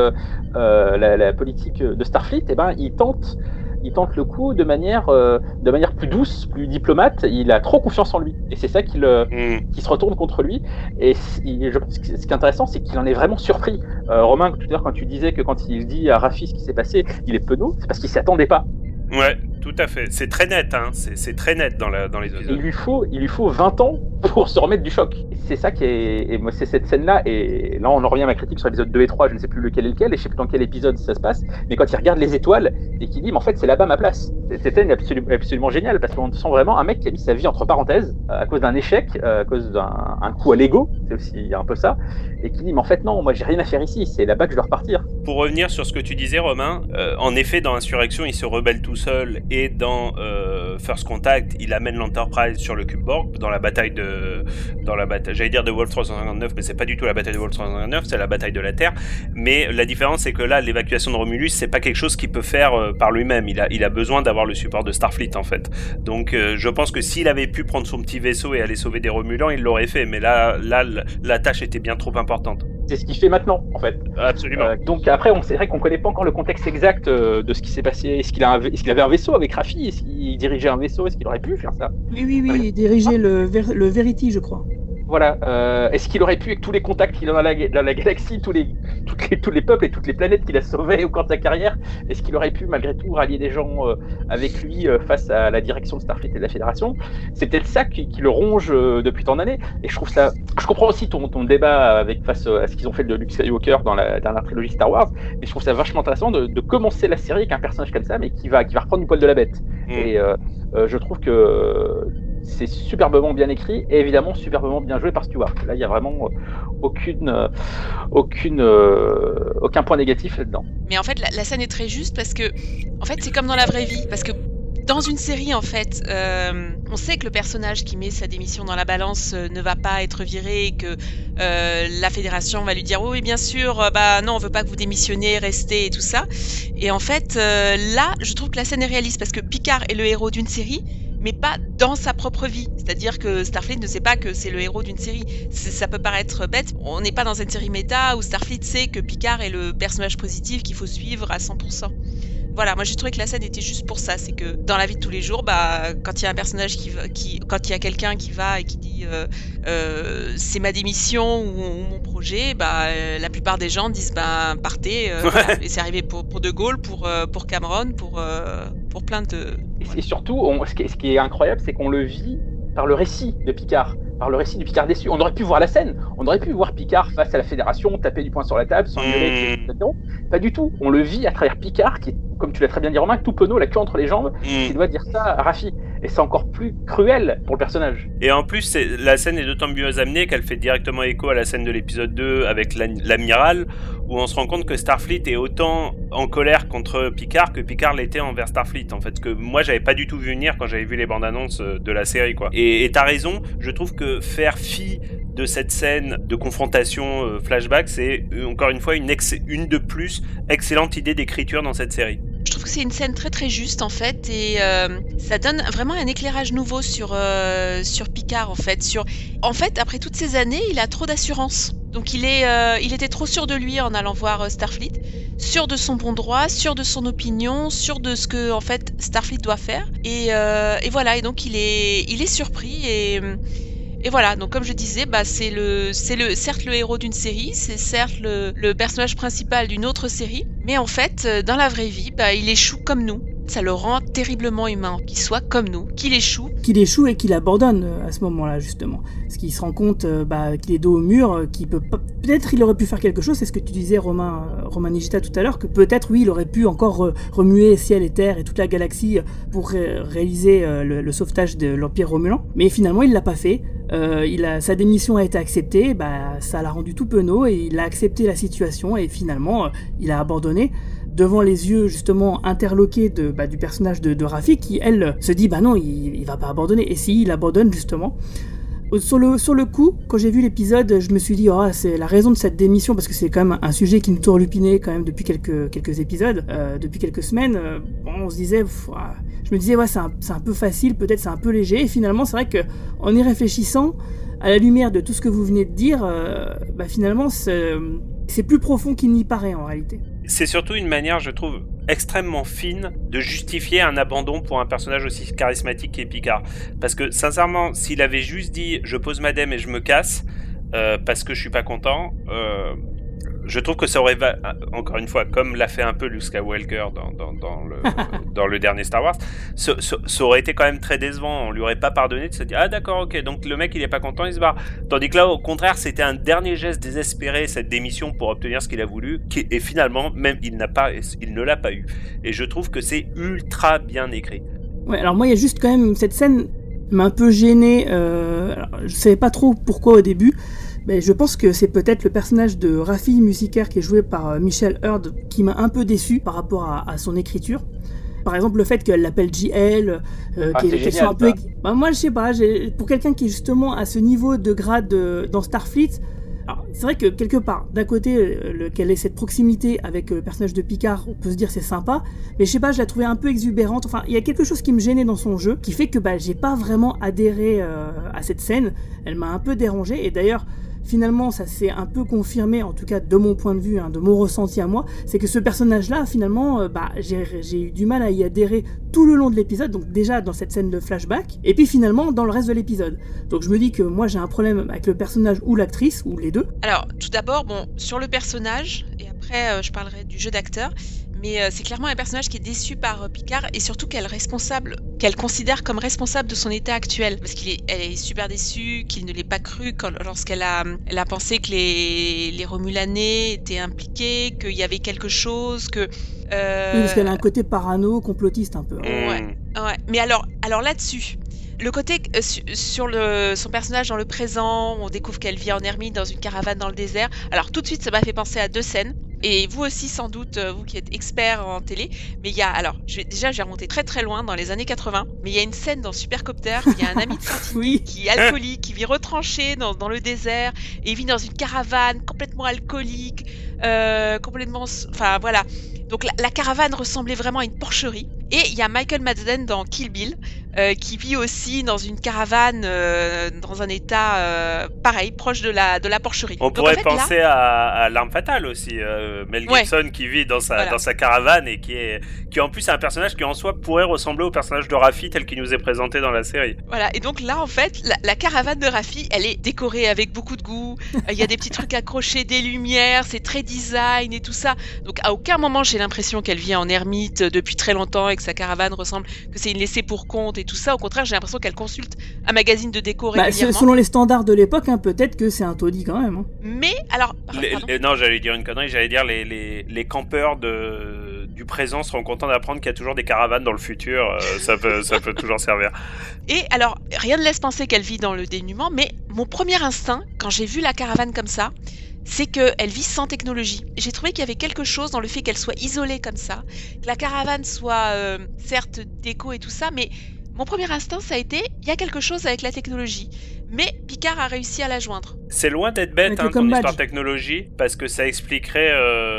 la politique de Starfleet, il tente le coup de manière plus douce, plus diplomate. Il a trop confiance en lui, et c'est ça qui se retourne contre lui. Et je pense que ce qui est intéressant, c'est qu'il en est vraiment surpris. Romain, tout à l'heure, quand tu disais que quand il dit à Raffi ce qui s'est passé, il est penaud, c'est parce qu'il s'y attendait pas. Ouais, tout à fait. C'est très net, hein. C'est très net dans les épisodes. Il lui faut 20 ans pour se remettre du choc. C'est ça qui est... Et moi, c'est cette scène-là, et là, on en revient à ma critique sur l'épisode 2 et 3, je ne sais plus lequel est lequel, et je ne sais plus dans quel épisode ça se passe, mais quand il regarde les étoiles, et qu'il dit, mais en fait, c'est là-bas ma place. Cette scène est absolument géniale, parce qu'on sent vraiment un mec qui a mis sa vie entre parenthèses, à cause d'un échec, à cause d'un coup à l'ego, c'est aussi un peu ça, et qui dit, mais en fait, non, moi, j'ai rien à faire ici, c'est là-bas que je dois repartir. Pour revenir sur ce que tu disais, Romain, en effet, dans Insurrection, il se rebelle tout seul, et dans First Contact, il amène l'Enterprise sur le cube Borg, dans la bataille, j'allais dire de Wolf 359, mais c'est pas du tout la bataille de Wolf 359, c'est la bataille de la Terre. Mais la différence, c'est que là, l'évacuation de Romulus, c'est pas quelque chose qu'il peut faire par lui-même. Il a besoin d'avoir le support de Starfleet, en fait. Donc, je pense que s'il avait pu prendre son petit vaisseau et aller sauver des Romulans, il l'aurait fait. Mais là, la tâche était bien trop importante. C'est ce qu'il fait maintenant, en fait. Absolument. Donc après, c'est vrai qu'on connaît pas encore le contexte exact de ce qui s'est passé. Est-ce qu'il avait un vaisseau avec Raffi? Est-ce qu'il dirigeait un vaisseau? Est-ce qu'il aurait pu faire ça? Oui, il dirigeait le Verity, je crois. Voilà. Est-ce qu'il aurait pu, avec tous les contacts qu'il a dans la galaxie, tous les peuples et toutes les planètes qu'il a sauvés au cours de sa carrière, est-ce qu'il aurait pu malgré tout rallier des gens avec lui face à la direction de Starfleet et de la Fédération? C'est peut-être ça qui le ronge depuis tant d'années. Et je comprends aussi ton débat face à ce qu'ils ont fait de Luke Skywalker dans la dernière trilogie Star Wars, mais je trouve ça vachement intéressant de commencer la série avec un personnage comme ça, mais qui va reprendre du poil de la bête. Et je trouve que c'est superbement bien écrit et évidemment superbement bien joué par Stewart. Là, il n'y a vraiment aucun point négatif là-dedans. Mais en fait, la scène est très juste parce que, en fait, c'est comme dans la vraie vie. Parce que dans une série, en fait, on sait que le personnage qui met sa démission dans la balance ne va pas être viré et que la fédération va lui dire oui, bien sûr, non, on veut pas que vous démissionnez, restez et tout ça. Et en fait, là, je trouve que la scène est réaliste parce que Picard est le héros d'une série, mais pas dans sa propre vie. C'est-à-dire que Starfleet ne sait pas que c'est le héros d'une série. Ça peut paraître bête, on n'est pas dans une série méta où Starfleet sait que Picard est le personnage positif qu'il faut suivre à 100%. Voilà, moi j'ai trouvé que la scène était juste pour ça, c'est que dans la vie de tous les jours, quand il y a un personnage quand il y a quelqu'un qui va et qui dit c'est ma démission ou mon projet, la plupart des gens disent partez. Voilà. Et c'est arrivé pour De Gaulle, pour Cameron, pour plein de. Et surtout, ce qui est incroyable, c'est qu'on le vit par le récit de Picard. Par le récit du Picard déçu. On aurait pu voir la scène, on aurait pu voir Picard face à la Fédération, taper du poing sur la table, s'engueuler, etc. Pas du tout. On le vit à travers Picard, qui est, comme tu l'as très bien dit Romain, tout penaud, la queue entre les jambes, qui doit dire ça à Raffi. Et c'est encore plus cruel pour le personnage. Et en plus, la scène est d'autant mieux amenée qu'elle fait directement écho à la scène de l'épisode 2 avec l'amiral, où on se rend compte que Starfleet est autant en colère contre Picard que Picard l'était envers Starfleet. En fait, que moi, j'avais pas du tout vu venir quand j'avais vu les bandes annonces de la série, quoi. Et t'as raison, je trouve que faire fi de cette scène de confrontation flashback, c'est encore une fois une de plus excellente idée d'écriture dans cette série. Je trouve que c'est une scène très très juste en fait et ça donne vraiment un éclairage nouveau sur Picard en fait. En fait, après toutes ces années, il a trop d'assurance. Donc il était trop sûr de lui en allant voir Starfleet, sûr de son bon droit, sûr de son opinion, sûr de ce que en fait Starfleet doit faire. Et voilà. Et donc il est surpris et voilà, donc comme je disais, c'est certes le héros d'une série, c'est certes le personnage principal d'une autre série, mais en fait, dans la vraie vie, il échoue comme nous. Ça le rend terriblement humain, qu'il soit comme nous, qu'il échoue. Qu'il échoue et qu'il abandonne à ce moment-là, justement. Parce qu'il se rend compte qu'il est dos au mur, qu'il peut pas... Peut-être il aurait pu faire quelque chose, c'est ce que tu disais, Romain Nigita, tout à l'heure, que peut-être, oui, il aurait pu encore remuer ciel et terre et toute la galaxie pour réaliser le sauvetage de l'Empire Romulan. Mais finalement, il l'a pas fait. Sa démission a été acceptée, ça l'a rendu tout penaud et il a accepté la situation et finalement, il a abandonné. Devant les yeux justement interloqués du personnage de Raffi qui, elle, se dit non, il va pas abandonner. Et si, il abandonne justement. Sur le coup, quand j'ai vu l'épisode, je me suis dit c'est la raison de cette démission, parce que c'est quand même un sujet qui nous tourlupinait quand même depuis quelques épisodes, depuis quelques semaines. On se disait, je me disais c'est un peu facile, peut-être c'est un peu léger. Et finalement, c'est vrai que en y réfléchissant, à la lumière de tout ce que vous venez de dire, finalement c'est plus profond qu'il n'y paraît en réalité. C'est surtout une manière, je trouve, extrêmement fine de justifier un abandon pour un personnage aussi charismatique qu'est Picard. Parce que, sincèrement, s'il avait juste dit « je pose ma dème et je me casse parce que je suis pas content », je trouve que ça aurait, encore une fois, comme l'a fait un peu Luke Skywalker dans le dernier Star Wars, ça aurait été quand même très décevant. On lui aurait pas pardonné de se dire « ah d'accord, ok, donc le mec il est pas content, il se barre ». Tandis que là, au contraire, c'était un dernier geste désespéré, cette démission pour obtenir ce qu'il a voulu, et finalement, même il ne l'a pas eu. Et je trouve que c'est ultra bien écrit. Ouais, alors moi il y a juste quand même, cette scène m'a un peu gêné, je savais pas trop pourquoi au début. Mais je pense que c'est peut-être le personnage de Raffi Musiker qui est joué par Michel Hurd qui m'a un peu déçu par rapport à son écriture. Par exemple, le fait qu'elle l'appelle JL, qu'elle soit un peu... moi, je sais pas, pour quelqu'un qui est justement à ce niveau de grade dans Starfleet, alors, c'est vrai que quelque part, d'un côté, qu'elle ait cette proximité avec le personnage de Picard, on peut se dire c'est sympa, mais je sais pas, je la trouvais un peu exubérante. Enfin, il y a quelque chose qui me gênait dans son jeu, qui fait que j'ai pas vraiment adhéré à cette scène. Elle m'a un peu dérangé, et d'ailleurs, finalement, ça s'est un peu confirmé, en tout cas de mon point de vue, de mon ressenti à moi, c'est que ce personnage-là, finalement, j'ai eu du mal à y adhérer tout le long de l'épisode, donc déjà dans cette scène de flashback, et puis finalement dans le reste de l'épisode. Donc je me dis que moi j'ai un problème avec le personnage ou l'actrice, ou les deux. Alors, tout d'abord, sur le personnage, et après je parlerai du jeu d'acteur, mais c'est clairement un personnage qui est déçu par Picard et surtout qu'elle considère comme responsable de son état actuel. Parce elle est super déçue, qu'il ne l'ait pas cru lorsqu'elle a pensé que les Romulanais étaient impliqués, qu'il y avait quelque chose, que... Oui, parce qu'elle a un côté parano, complotiste un peu. Ouais. Mais alors là-dessus... Le côté sur son personnage dans le présent, on découvre qu'elle vit en ermite dans une caravane dans le désert. Alors tout de suite, ça m'a fait penser à deux scènes. Et vous aussi, sans doute, vous qui êtes expert en télé. Mais il y a, j'ai remonté très très loin dans les années 80. Mais il y a une scène dans Supercopter où il y a un ami de Fantine qui est alcoolique, qui vit retranché dans le désert. Et il vit dans une caravane complètement alcoolique, enfin voilà. Donc la caravane ressemblait vraiment à une porcherie. Et il y a Michael Madsen dans Kill Bill, qui vit aussi dans une caravane, dans un état pareil, proche de la porcherie. On pourrait penser à L'Arme Fatale aussi, Mel Gibson qui vit dans sa caravane et qui en plus est un personnage qui en soi pourrait ressembler au personnage de Raffi tel qu'il nous est présenté dans la série. Voilà, et donc là en fait, la caravane de Raffi, elle est décorée avec beaucoup de goût, il y a des petits trucs accrochés, des lumières, c'est très design et tout ça. Donc à aucun moment j'ai l'impression qu'elle vit en ermite depuis très longtemps et que sa caravane ressemble, que c'est une laissée pour compte et tout ça. Au contraire, j'ai l'impression qu'elle consulte un magazine de déco régulièrement. Selon les standards de l'époque, peut-être que c'est un taudis quand même. Mais alors, non, j'allais dire une connerie. J'allais dire les campeurs du présent seront contents d'apprendre qu'il y a toujours des caravanes dans le futur. Ça peut toujours servir. Et alors, rien ne laisse penser qu'elle vit dans le dénuement. Mais mon premier instinct, quand j'ai vu la caravane comme ça, c'est qu'elle vit sans technologie. J'ai trouvé qu'il y avait quelque chose dans le fait qu'elle soit isolée comme ça, que la caravane soit certes déco et tout ça, mais mon premier instinct, ça a été, il y a quelque chose avec la technologie. Mais Picard a réussi à la joindre. C'est loin d'être bête ton histoire technologie, parce que ça expliquerait,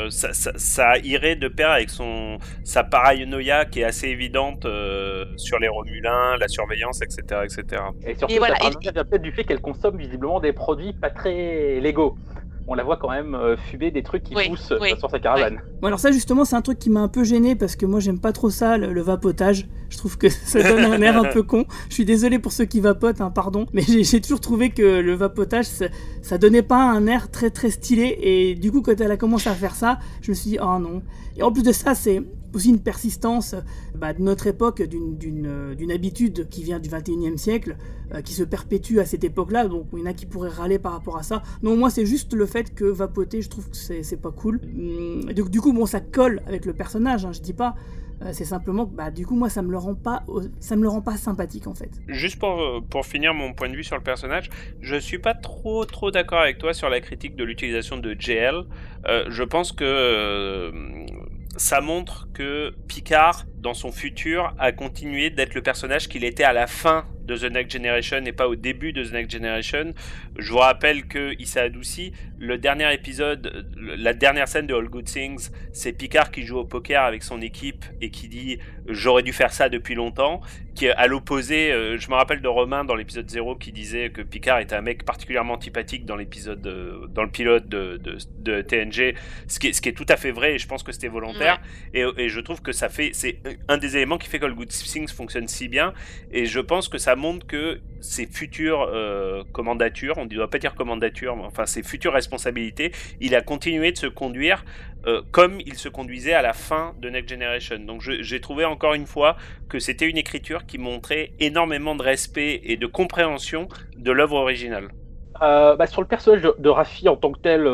ça irait de pair avec sa paranoïa qui est assez évidente sur les Romulins, la surveillance, etc. etc. Et surtout, ça vient peut-être du fait qu'elle consomme visiblement des produits pas très légaux. On la voit quand même fumer des trucs qui poussent sur sa caravane. Bon, alors ça justement c'est un truc qui m'a un peu gêné parce que moi j'aime pas trop ça, le vapotage. Je trouve que ça donne un air un peu con. Je suis désolé pour ceux qui vapotent, pardon, mais j'ai toujours trouvé que le vapotage ça donnait pas un air très très stylé, et du coup quand elle a commencé à faire ça, je me suis dit oh non. Et en plus de ça, c'est aussi une persistance de notre époque, d'une habitude qui vient du 21e siècle, qui se perpétue à cette époque-là, donc il y en a qui pourraient râler par rapport à ça. Non, moi c'est juste le fait que vapoter, je trouve que c'est pas cool. Du coup, bon, ça colle avec le personnage, je dis pas, c'est simplement que du coup moi ça me le rend pas sympathique en fait. Juste pour finir mon point de vue sur le personnage, je suis pas trop d'accord avec toi sur la critique de l'utilisation de JL. Je pense que ça montre que Picard, dans son futur, a continué d'être le personnage qu'il était à la fin de The Next Generation et pas au début de The Next Generation. Je vous rappelle qu'il s'est adouci. Le dernier épisode, la dernière scène de All Good Things, c'est Picard qui joue au poker avec son équipe et qui dit « j'aurais dû faire ça depuis longtemps », qui est à l'opposé. Je me rappelle de Romain dans l'épisode 0 qui disait que Picard était un mec particulièrement antipathique dans l'épisode, dans le pilote de TNG, ce qui est tout à fait vrai, et je pense que c'était volontaire. Et je trouve que c'est un des éléments qui fait que All Good Things fonctionne si bien, et je pense que ça montre que ses futures commandatures, on ne doit pas dire commandatures, mais enfin ses futures responsabilités, il a continué de se conduire comme il se conduisait à la fin de Next Generation. Donc j'ai trouvé encore une fois que c'était une écriture qui montrait énormément de respect et de compréhension de l'œuvre originale. Sur le personnage de Raffi en tant que tel,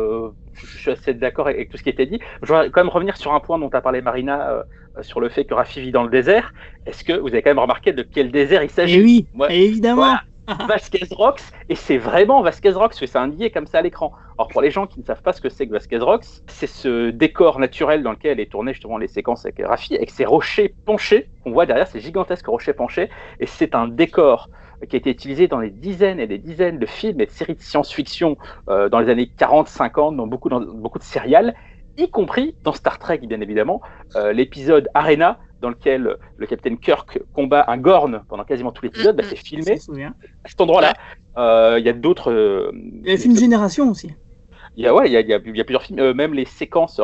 je suis assez d'accord avec tout ce qui a été dit. Je voudrais quand même revenir sur un point dont a parlé Marina, sur le fait que Raffi vit dans le désert. Est-ce que vous avez quand même remarqué de quel désert il s'agit ? Et oui, évidemment. Voilà, Vasquez Rocks, et c'est vraiment Vasquez Rocks, parce que c'est indiqué comme ça à l'écran. Alors pour les gens qui ne savent pas ce que c'est que Vasquez Rocks, c'est ce décor naturel dans lequel est tourné justement les séquences avec Raffi, avec ces rochers penchés qu'on voit derrière, ces gigantesques rochers penchés, et c'est un décor qui a été utilisé dans des dizaines et des dizaines de films et de séries de science-fiction dans les années 40-50, dans beaucoup de serials, y compris dans Star Trek bien évidemment, l'épisode Arena, dans lequel le capitaine Kirk combat un Gorn pendant quasiment tout l'épisode, c'est filmé à cet endroit-là. Il y a d'autres... il y a le film Génération aussi. Il y a plusieurs films, même les séquences,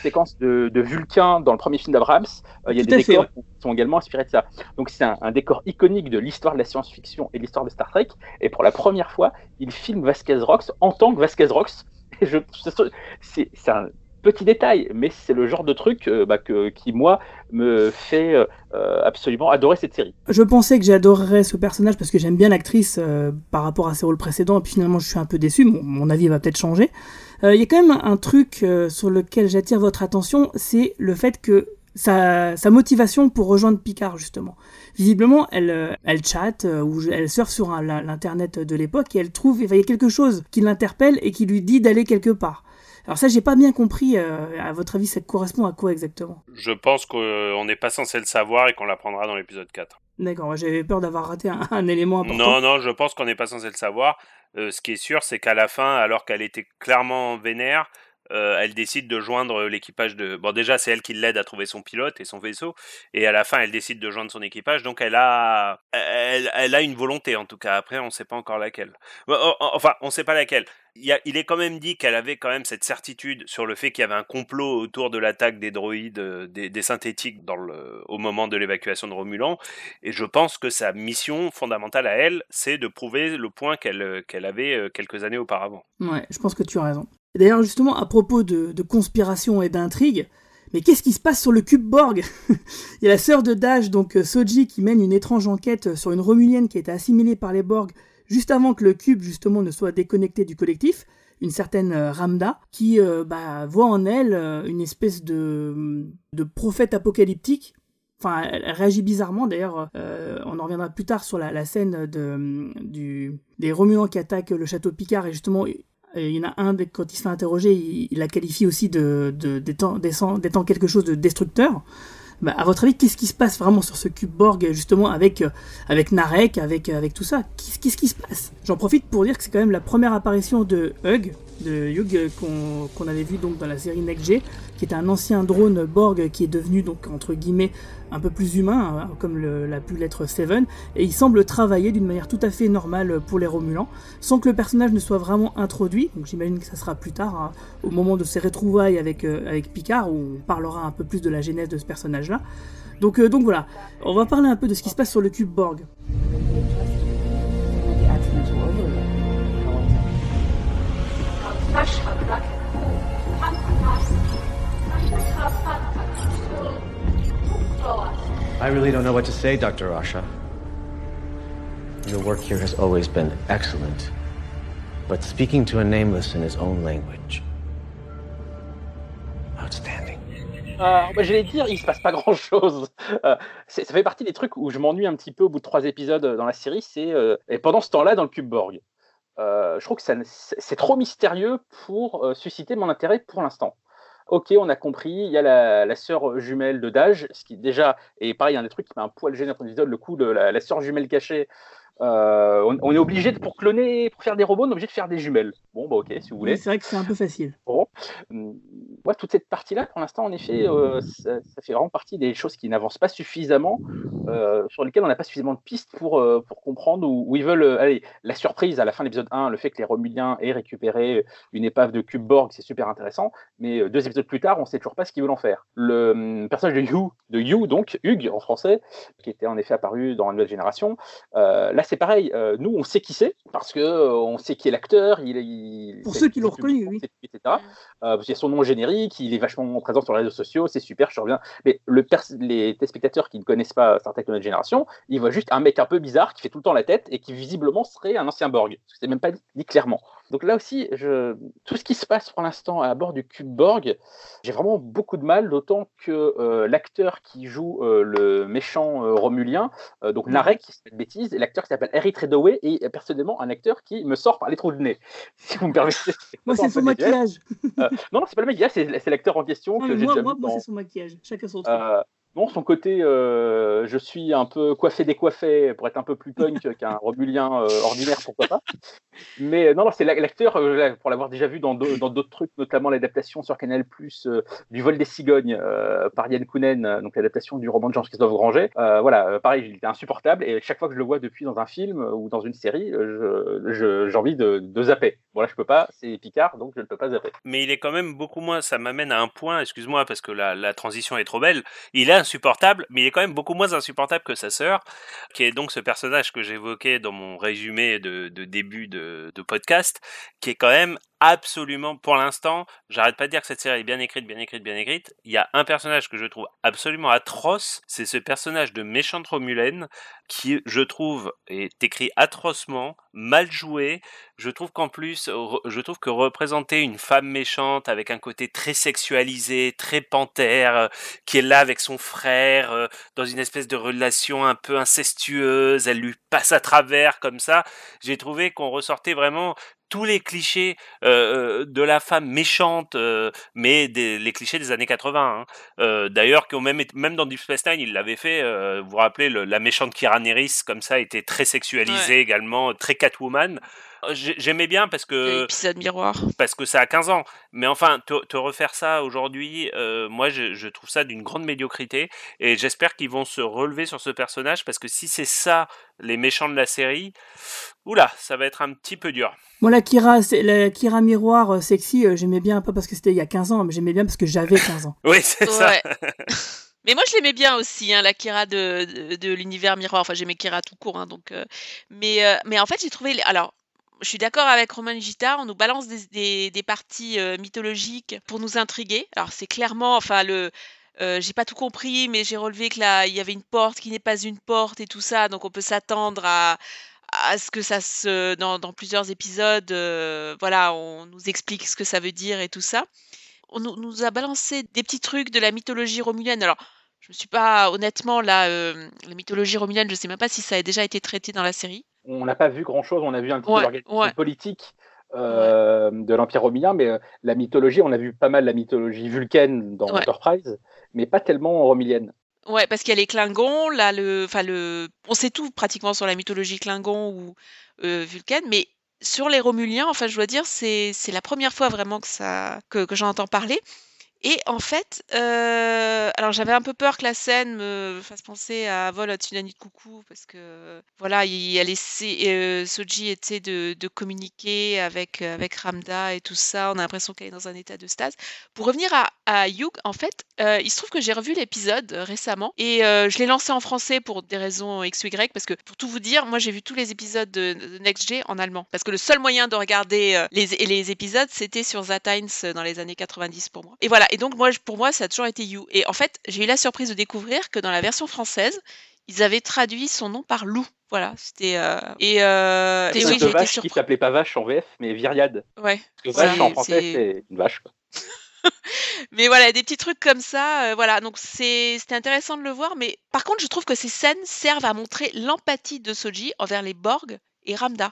de Vulcain dans le premier film d'Abrams, il y a des décors qui sont également inspirés de ça. Donc c'est un décor iconique de l'histoire de la science-fiction et de l'histoire de Star Trek, et pour la première fois, il filme Vasquez Rocks en tant que Vasquez Rocks. Et c'est un petit détail, mais c'est le genre de truc qui, moi, me fait absolument adorer cette série. Je pensais que j'adorerais ce personnage parce que j'aime bien l'actrice par rapport à ses rôles précédents, et puis finalement je suis un peu déçu, mon avis va peut-être changer. Il y a quand même un truc sur lequel j'attire votre attention, c'est le fait que sa motivation pour rejoindre Picard, justement. Visiblement, elle chatte ou elle surfe sur l'internet de l'époque et elle trouve il y a quelque chose qui l'interpelle et qui lui dit d'aller quelque part. Alors ça, j'ai pas bien compris. À votre avis, ça correspond à quoi exactement ? Je pense qu'on n'est pas censé le savoir et qu'on l'apprendra dans l'épisode 4. D'accord, j'avais peur d'avoir raté un élément important. Non, je pense qu'on n'est pas censé le savoir. Ce qui est sûr, c'est qu'à la fin, alors qu'elle était clairement vénère, elle décide de joindre l'équipage de... Bon, déjà, c'est elle qui l'aide à trouver son pilote et son vaisseau. Et à la fin, elle décide de joindre son équipage. Donc, elle a une volonté, en tout cas. Après, on ne sait pas encore laquelle. Enfin, on ne sait pas laquelle. Il est quand même dit qu'elle avait quand même cette certitude sur le fait qu'il y avait un complot autour de l'attaque des droïdes, des synthétiques au moment de l'évacuation de Romulan. Et je pense que sa mission fondamentale à elle, c'est de prouver le point qu'elle avait quelques années auparavant. Ouais, je pense que tu as raison. Et d'ailleurs, justement, à propos de conspiration et d'intrigue, mais qu'est-ce qui se passe sur le cube Borg ? Il y a la sœur de Dash, donc Soji, qui mène une étrange enquête sur une Romulienne qui a été assimilée par les Borg juste avant que le cube, justement, ne soit déconnecté du collectif, une certaine Ramda, qui voit en elle une espèce de prophète apocalyptique. Enfin, elle réagit bizarrement, d'ailleurs, on en reviendra plus tard sur la scène des Romulans qui attaquent le château Picard, et justement... il y en a un, quand il se fait interroger, il la qualifie aussi d'étant quelque chose de destructeur. à votre avis, qu'est-ce qui se passe vraiment sur ce cube Borg, justement, avec Narek, avec tout ça? Qu'est-ce qui se passe? J'en profite pour dire que c'est quand même la première apparition de Hugh qu'on avait vu donc dans la série Next G, qui est un ancien drone Borg qui est devenu donc entre guillemets un peu plus humain, comme l'a pu l'être Seven, et il semble travailler d'une manière tout à fait normale pour les Romulans, sans que le personnage ne soit vraiment introduit. Donc j'imagine que ça sera plus tard, au moment de ses retrouvailles avec Picard, où on parlera un peu plus de la genèse de ce personnage-là. Donc voilà, on va parler un peu de ce qui se passe sur le cube Borg. I really don't know what to say, Dr. Asha. Your work here has always been excellent, but speaking to a nameless in his own language, outstanding. J'allais dire, il se passe pas grand-chose. Ça fait partie des trucs où je m'ennuie un petit peu au bout de 3 épisodes dans la série. Et pendant ce temps-là, dans le cube Borg, je trouve que c'est trop mystérieux pour susciter mon intérêt pour l'instant. Ok, on a compris, il y a la sœur jumelle de Dahj, ce qui déjà, et pareil, il y a un des trucs qui m'a un poil gêné dans l'épisode, le coup de la sœur jumelle cachée. On est obligé, pour cloner, pour faire des robots, on est obligé de faire des jumelles. Bon, ok, si vous voulez. Oui, c'est vrai que c'est un peu facile. Bon. Moi, toute cette partie-là, pour l'instant, en effet, ça fait vraiment partie des choses qui n'avancent pas suffisamment, sur lesquelles on n'a pas suffisamment de pistes pour comprendre où ils veulent aller. La surprise à la fin de l'épisode 1, le fait que les Romuliens aient récupéré une épave de cube Borg, c'est super intéressant, mais 2 épisodes plus tard, on ne sait toujours pas ce qu'ils veulent en faire. Le personnage de Hugh, donc Hugh en français, qui était en effet apparu dans la nouvelle génération, là c'est pareil, nous on sait qui c'est, parce que on sait qui est l'acteur, pour ceux qui l'ont reconnu, oui. Etc. Parce qu'il y a son nom générique, il est vachement présent sur les réseaux sociaux, c'est super, je reviens. Mais les téléspectateurs qui ne connaissent pas Star Trek Nouvelle Génération, ils voient juste un mec un peu bizarre qui fait tout le temps la tête et qui visiblement serait un ancien Borg. C'est même pas dit clairement. Donc là aussi, tout ce qui se passe pour l'instant à bord du cube Borg, j'ai vraiment beaucoup de mal, d'autant que l'acteur qui joue le méchant romulien, donc Narek, qui se fait de bêtises, et l'acteur qui s'appelle Harry Treadaway, est personnellement un acteur qui me sort par les trous de nez, si vous me permettez. Moi, c'est son maquillage. Non, c'est pas le maquillage, c'est l'acteur en question que j'ai déjà vu. Moi, c'est son maquillage. Chacun son truc. Non, son côté, je suis un peu coiffé décoiffé pour être un peu plus punk qu'un Romulien ordinaire, pourquoi pas. Mais non, c'est l'acteur, pour l'avoir déjà vu dans d'autres trucs, notamment l'adaptation sur Canal+, du Vol des cigognes par Yann Kounen, donc l'adaptation du roman de Jean-Christophe Granger. Voilà, pareil, il était insupportable, et chaque fois que je le vois depuis dans un film ou dans une série, j'ai envie de zapper. Bon, là, je peux pas, c'est Picard, donc je ne peux pas zapper. Mais il est quand même beaucoup moins, ça m'amène à un point, excuse-moi, parce que la transition est trop belle, il est insupportable, mais il est quand même beaucoup moins insupportable que sa sœur, qui est donc ce personnage que j'évoquais dans mon résumé de début de podcast, qui est quand même absolument, pour l'instant, j'arrête pas de dire que cette série est bien écrite, il y a un personnage que je trouve absolument atroce, c'est ce personnage de méchante Romulaine, qui, je trouve, est écrit atrocement, mal joué, je trouve qu'en plus, je trouve que représenter une femme méchante avec un côté très sexualisé, très panthère, qui est là avec son frère, dans une espèce de relation un peu incestueuse, elle lui passe à travers comme ça, j'ai trouvé qu'on ressortait vraiment tous les clichés de la femme méchante, mais les clichés des années 80. D'ailleurs, même dans Deep Space Nine, il l'avait fait. Vous vous rappelez, la méchante Kira Nerys, comme ça, était très sexualisée également, très Catwoman. J'aimais bien parce que l'épisode miroir, parce que ça a 15 ans, mais enfin te refaire ça aujourd'hui, moi je trouve ça d'une grande médiocrité, et j'espère qu'ils vont se relever sur ce personnage, parce que si c'est ça les méchants de la série, oula, ça va être un petit peu dur. Moi, la Kira miroir sexy, j'aimais bien, pas parce que c'était il y a 15 ans, mais j'aimais bien parce que j'avais 15 ans. Oui, c'est ça. Mais moi, je l'aimais bien aussi, la Kira de l'univers miroir. Enfin, j'aimais Kira tout court, donc. Mais en fait, j'ai trouvé. Alors, je suis d'accord avec Roman Gita, on nous balance des parties mythologiques pour nous intriguer. Alors, c'est clairement, enfin, j'ai pas tout compris, mais j'ai relevé que là, il y avait une porte qui n'est pas une porte et tout ça, donc on peut s'attendre à ce que ça dans plusieurs épisodes, voilà, on nous explique ce que ça veut dire et tout ça. On nous a balancé des petits trucs de la mythologie romulienne. Alors, je me suis pas, honnêtement, là, la mythologie romulienne, je sais même pas si ça a déjà été traité dans la série. On n'a pas vu grand-chose, on a vu un petit peu l'organisation politique de l'Empire romulien, mais la mythologie, on a vu pas mal la mythologie vulcaine dans Enterprise, mais pas tellement romulienne. Ouais, parce qu'il y a les Klingons, là, on sait tout pratiquement sur la mythologie Klingon ou Vulcaine, mais sur les Romuliens, enfin, je dois dire, c'est la première fois vraiment que j'en entends parler. Et en fait, alors j'avais un peu peur que la scène me fasse penser à Vol au-dessus d'un nid de coucou parce que voilà, il a laissé Soji essaie de communiquer avec Ramda et tout ça. On a l'impression qu'elle est dans un état de stase. Pour revenir à Hugh, en fait, il se trouve que j'ai revu l'épisode récemment et je l'ai lancé en français pour des raisons X ou Y parce que pour tout vous dire, moi j'ai vu tous les épisodes de Next G en allemand parce que le seul moyen de regarder les épisodes, c'était sur ZAT1 dans les années 90 pour moi. Et voilà. Et donc, pour moi, ça a toujours été You. Et en fait, j'ai eu la surprise de découvrir que dans la version française, ils avaient traduit son nom par Lou. Voilà, c'était... C'est oui, j'ai été vache surpris. qui s'appelait pas vache en VF, mais Vyriade. Ouais. Parce que vache en français, c'est une vache, quoi. Mais voilà, des petits trucs comme ça, voilà. Donc, c'était intéressant de le voir. Mais par contre, je trouve que ces scènes servent à montrer l'empathie de Soji envers les Borg et Ramda.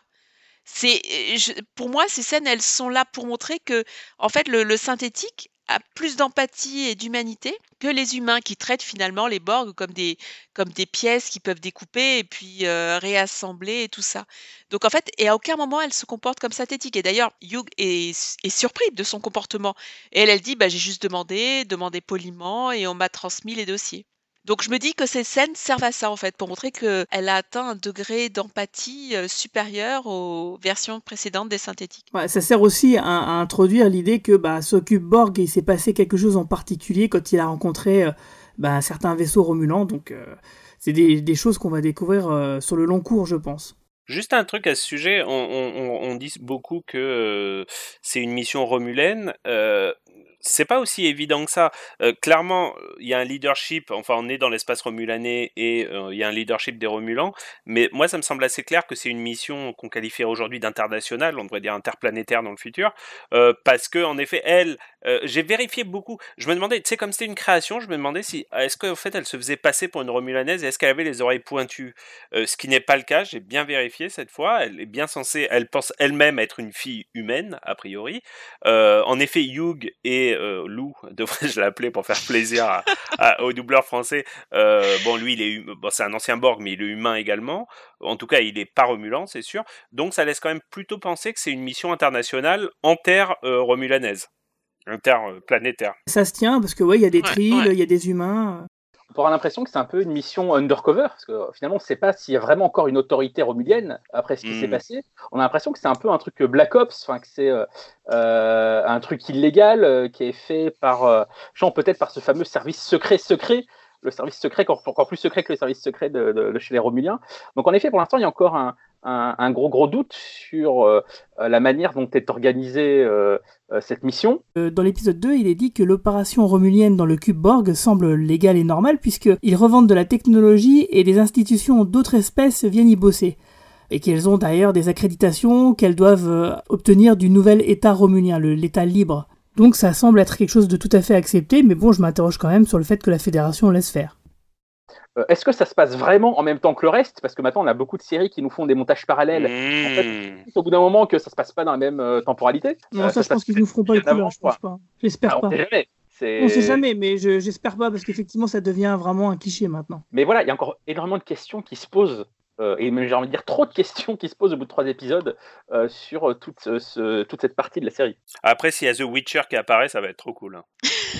Pour moi, ces scènes, elles sont là pour montrer que, en fait, le synthétique a plus d'empathie et d'humanité que les humains qui traitent finalement les Borg comme des pièces qu'ils peuvent découper et puis réassembler et tout ça. Donc en fait, et à aucun moment elle se comporte comme synthétique. Et d'ailleurs, Hugh est surpris de son comportement. Et elle dit, bah, j'ai juste demandé poliment et on m'a transmis les dossiers. Donc je me dis que ces scènes servent à ça en fait, pour montrer qu'elle a atteint un degré d'empathie supérieur aux versions précédentes des synthétiques. Ouais, ça sert aussi à introduire l'idée que ce cube Borg, il s'est passé quelque chose en particulier quand il a rencontré certains vaisseaux Romulans. Donc c'est des choses qu'on va découvrir sur le long cours, je pense. Juste un truc à ce sujet, on dit beaucoup que c'est une mission romulaine. C'est pas aussi évident que ça. Clairement, il y a un leadership, enfin on est dans l'espace romulanais et il y a un leadership des Romulans, mais moi ça me semble assez clair que c'est une mission qu'on qualifierait aujourd'hui d'internationale, on devrait dire interplanétaire dans le futur, parce que en effet, j'ai vérifié beaucoup, je me demandais, tu sais, comme c'était une création, je me demandais si, est-ce qu'en fait elle se faisait passer pour une Romulanaise et est-ce qu'elle avait les oreilles pointues, ce qui n'est pas le cas, j'ai bien vérifié cette fois, elle est bien censée, elle pense elle-même être une fille humaine, a priori. En effet, Hugh et Lou, devrais-je l'appeler pour faire plaisir au doubleur français. Bon, lui, c'est un ancien Borg, mais il est humain également. En tout cas, il est pas romulan, c'est sûr. Donc, ça laisse quand même plutôt penser que c'est une mission internationale en terre romulanaise, interplanétaire. Ça se tient parce que il y a des trilles, il y a des humains. On peut avoir l'impression que c'est un peu une mission undercover, parce que finalement, on ne sait pas s'il y a vraiment encore une autorité romulienne après ce qui s'est passé. On a l'impression que c'est un peu un truc Black Ops, que c'est un truc illégal qui est fait par, peut-être par ce fameux service secret, le service secret encore plus secret que le service secret de chez les Romuliens. Donc en effet, pour l'instant, il y a encore un gros doute sur la manière dont est organisée cette mission. Dans l'épisode 2, il est dit que l'opération romulienne dans le cube Borg semble légale et normale puisqu'ils revendent de la technologie et des institutions d'autres espèces viennent y bosser. Et qu'elles ont d'ailleurs des accréditations qu'elles doivent obtenir du nouvel État romulien, l'État libre. Donc ça semble être quelque chose de tout à fait accepté, mais bon, je m'interroge quand même sur le fait que la Fédération laisse faire. Est-ce que ça se passe vraiment en même temps que le reste ? Parce que maintenant, on a beaucoup de séries qui nous font des montages parallèles. En fait, au bout d'un moment, que ça se passe pas dans la même temporalité. Non, ça je pense qu'ils nous feront pas le coup, je pense pas. J'espère pas. On sait jamais. On sait jamais, mais j'espère pas, parce qu'effectivement, ça devient vraiment un cliché maintenant. Mais voilà, il y a encore énormément de questions qui se posent. Et même, j'ai envie de dire trop de questions qui se posent au bout de 3 épisodes sur toute cette partie de la série. Après, s'il y a The Witcher qui apparaît, ça va être trop cool. Hein.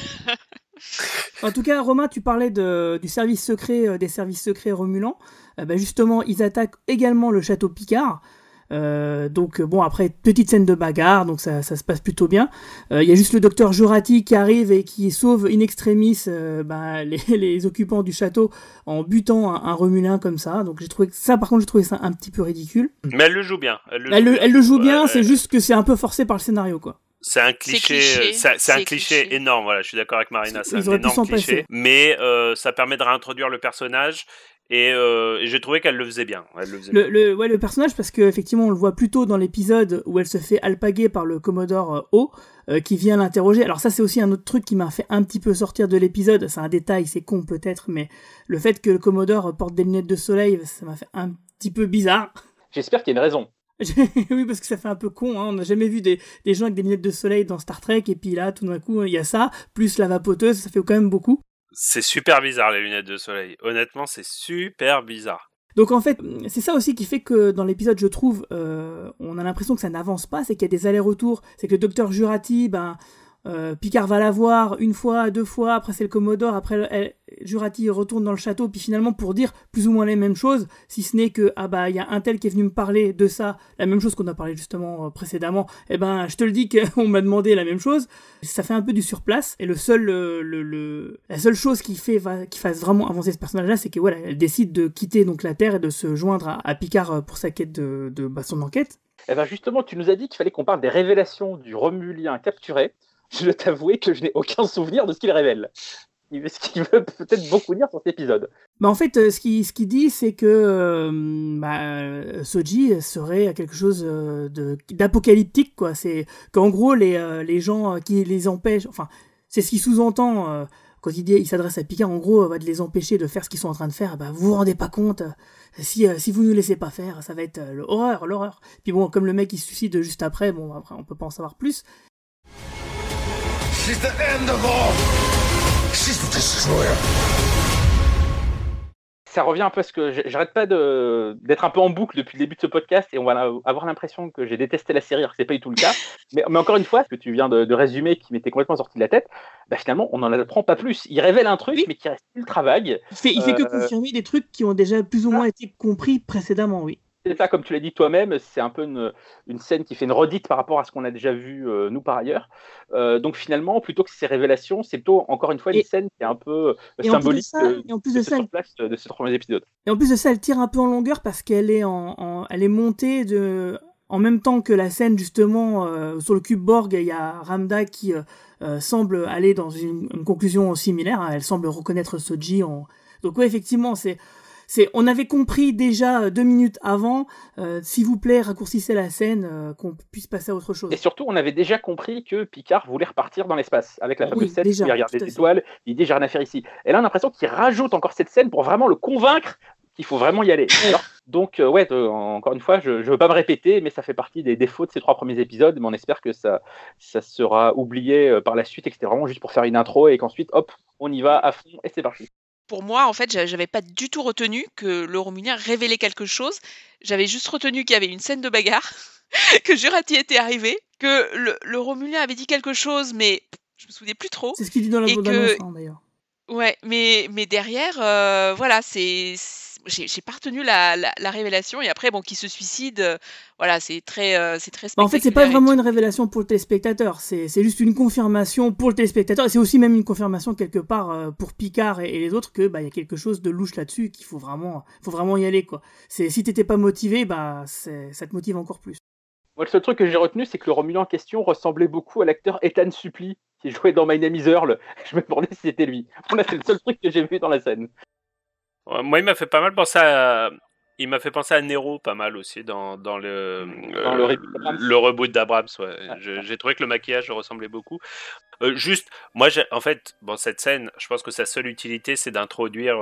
En tout cas, Romain, tu parlais du service secret, des services secrets romulans. Justement, ils attaquent également le château Picard. Donc bon, après petite scène de bagarre, donc ça se passe plutôt bien. Il y a juste le docteur Jurati qui arrive et qui sauve in extremis les occupants du château en butant un Romulin comme ça. Donc j'ai trouvé ça un petit peu ridicule. Mais elle le joue bien. Elle le joue bien, c'est juste que c'est un peu forcé par le scénario, quoi. C'est un cliché, c'est un cliché énorme, voilà, je suis d'accord avec Marina, c'est un énorme cliché, mais ça permet de réintroduire le personnage. Et j'ai trouvé qu'elle le faisait bien. Le personnage, parce qu'effectivement on le voit plutôt dans l'épisode où elle se fait alpaguer par le Commodore O qui vient l'interroger. Alors ça, c'est aussi un autre truc qui m'a fait un petit peu sortir de l'épisode. C'est un détail, c'est con peut-être, mais le fait que le Commodore porte des lunettes de soleil, ça m'a fait un petit peu bizarre. J'espère qu'il y a une raison. Oui, parce que ça fait un peu con, hein. On n'a jamais vu des gens avec des lunettes de soleil dans Star Trek, et puis là, tout d'un coup, il y a ça, plus la vapoteuse, ça fait quand même beaucoup. C'est super bizarre les lunettes de soleil. Honnêtement, c'est super bizarre. Donc en fait, c'est ça aussi qui fait que dans l'épisode, je trouve, on a l'impression que ça n'avance pas, c'est qu'il y a des allers-retours, c'est que le docteur Jurati, Picard va la voir une fois, 2 fois, après c'est le Commodore, après Jurati retourne dans le château, puis finalement pour dire plus ou moins les mêmes choses, si ce n'est que il y a un tel qui est venu me parler de ça, la même chose qu'on a parlé justement précédemment, je te le dis qu'on m'a demandé la même chose, ça fait un peu du surplace, et la seule chose qui fasse vraiment avancer ce personnage-là, c'est que voilà, elle décide de quitter donc la Terre et de se joindre à Picard pour sa quête de son enquête. Eh ben justement, tu nous as dit qu'il fallait qu'on parle des révélations du Romulien capturé. Je dois t'avouer que je n'ai aucun souvenir de ce qu'il révèle. Ce qui veut peut-être beaucoup dire sur cet épisode. En fait, ce qu'il dit, c'est que Soji serait quelque chose d'apocalyptique, quoi. C'est qu'en gros, les gens qui les empêchent... Enfin, c'est ce qu'il sous-entend quand il s'adresse à Picard, en gros, va de les empêcher de faire ce qu'ils sont en train de faire. Vous vous rendez pas compte, si vous nous laissez pas faire, ça va être l'horreur. Puis bon, comme le mec il se suicide juste après, après on peut pas en savoir plus. She's the end of all. She's the destroyer. Ça revient un peu à ce que j'arrête pas d'être un peu en boucle depuis le début de ce podcast et on va avoir l'impression que j'ai détesté la série alors que c'est pas du tout le cas. Mais encore une fois, ce que tu viens de résumer qui m'était complètement sorti de la tête, finalement on n'en apprend pas plus. Il révèle un truc mais qui reste ultra vague. Il fait que confirmer des trucs qui ont déjà plus ou moins été compris précédemment, oui. C'est ça, comme tu l'as dit toi-même, c'est un peu une scène qui fait une redite par rapport à ce qu'on a déjà vu nous par ailleurs. Donc finalement, plutôt que ces révélations, c'est plutôt encore une fois une scène qui est un peu symbolique de ces 3 premiers épisodes. Et en plus de ça, elle tire un peu en longueur parce qu'elle est elle est montée en même temps que la scène justement sur le cube Borg. Il y a Ramda qui semble aller dans une conclusion similaire. Hein, elle semble reconnaître Soji. Donc ouais, effectivement, on avait compris déjà 2 minutes avant, s'il vous plaît, raccourcissez la scène, qu'on puisse passer à autre chose. Et surtout, on avait déjà compris que Picard voulait repartir dans l'espace, avec la fameuse scène où il regarde les étoiles, il dit j'ai rien à faire ici. Et là, on a l'impression qu'il rajoute encore cette scène pour vraiment le convaincre qu'il faut vraiment y aller. Donc, encore une fois, je veux pas me répéter, mais ça fait partie des défauts de ces 3 premiers épisodes, mais on espère que ça sera oublié par la suite et que c'était vraiment juste pour faire une intro et qu'ensuite, hop, on y va à fond et c'est parti. Pour moi, en fait, j'avais pas du tout retenu que le Romulien révélait quelque chose. J'avais juste retenu qu'il y avait une scène de bagarre, que Jurati était arrivé, que le Romulien avait dit quelque chose, mais je me souvenais plus trop. C'est ce qu'il dit dans la bande-annonce, d'ailleurs. Ouais, mais derrière, voilà, j'ai pas retenu la révélation et après qu'il se suicide, voilà, c'est très spectaculaire. En fait, c'est pas vraiment une révélation pour le téléspectateur, c'est juste une confirmation pour le téléspectateur et c'est aussi même une confirmation quelque part pour Picard et les autres que y a quelque chose de louche là-dessus qu'il faut vraiment y aller, quoi. Si t'étais pas motivé, ça te motive encore plus. Moi, le seul truc que j'ai retenu, c'est que le Romulien en question ressemblait beaucoup à l'acteur Ethan Suplee qui jouait dans My Name is Earl. Je me demandais si c'était lui. Là, c'est le seul truc que j'ai vu dans la scène. Moi, il m'a fait pas mal penser à Nero, pas mal aussi dans le reboot d'Abrams. Ouais. J'ai trouvé que le maquillage ressemblait beaucoup. Juste, moi, en fait, cette scène, je pense que sa seule utilité, c'est d'introduire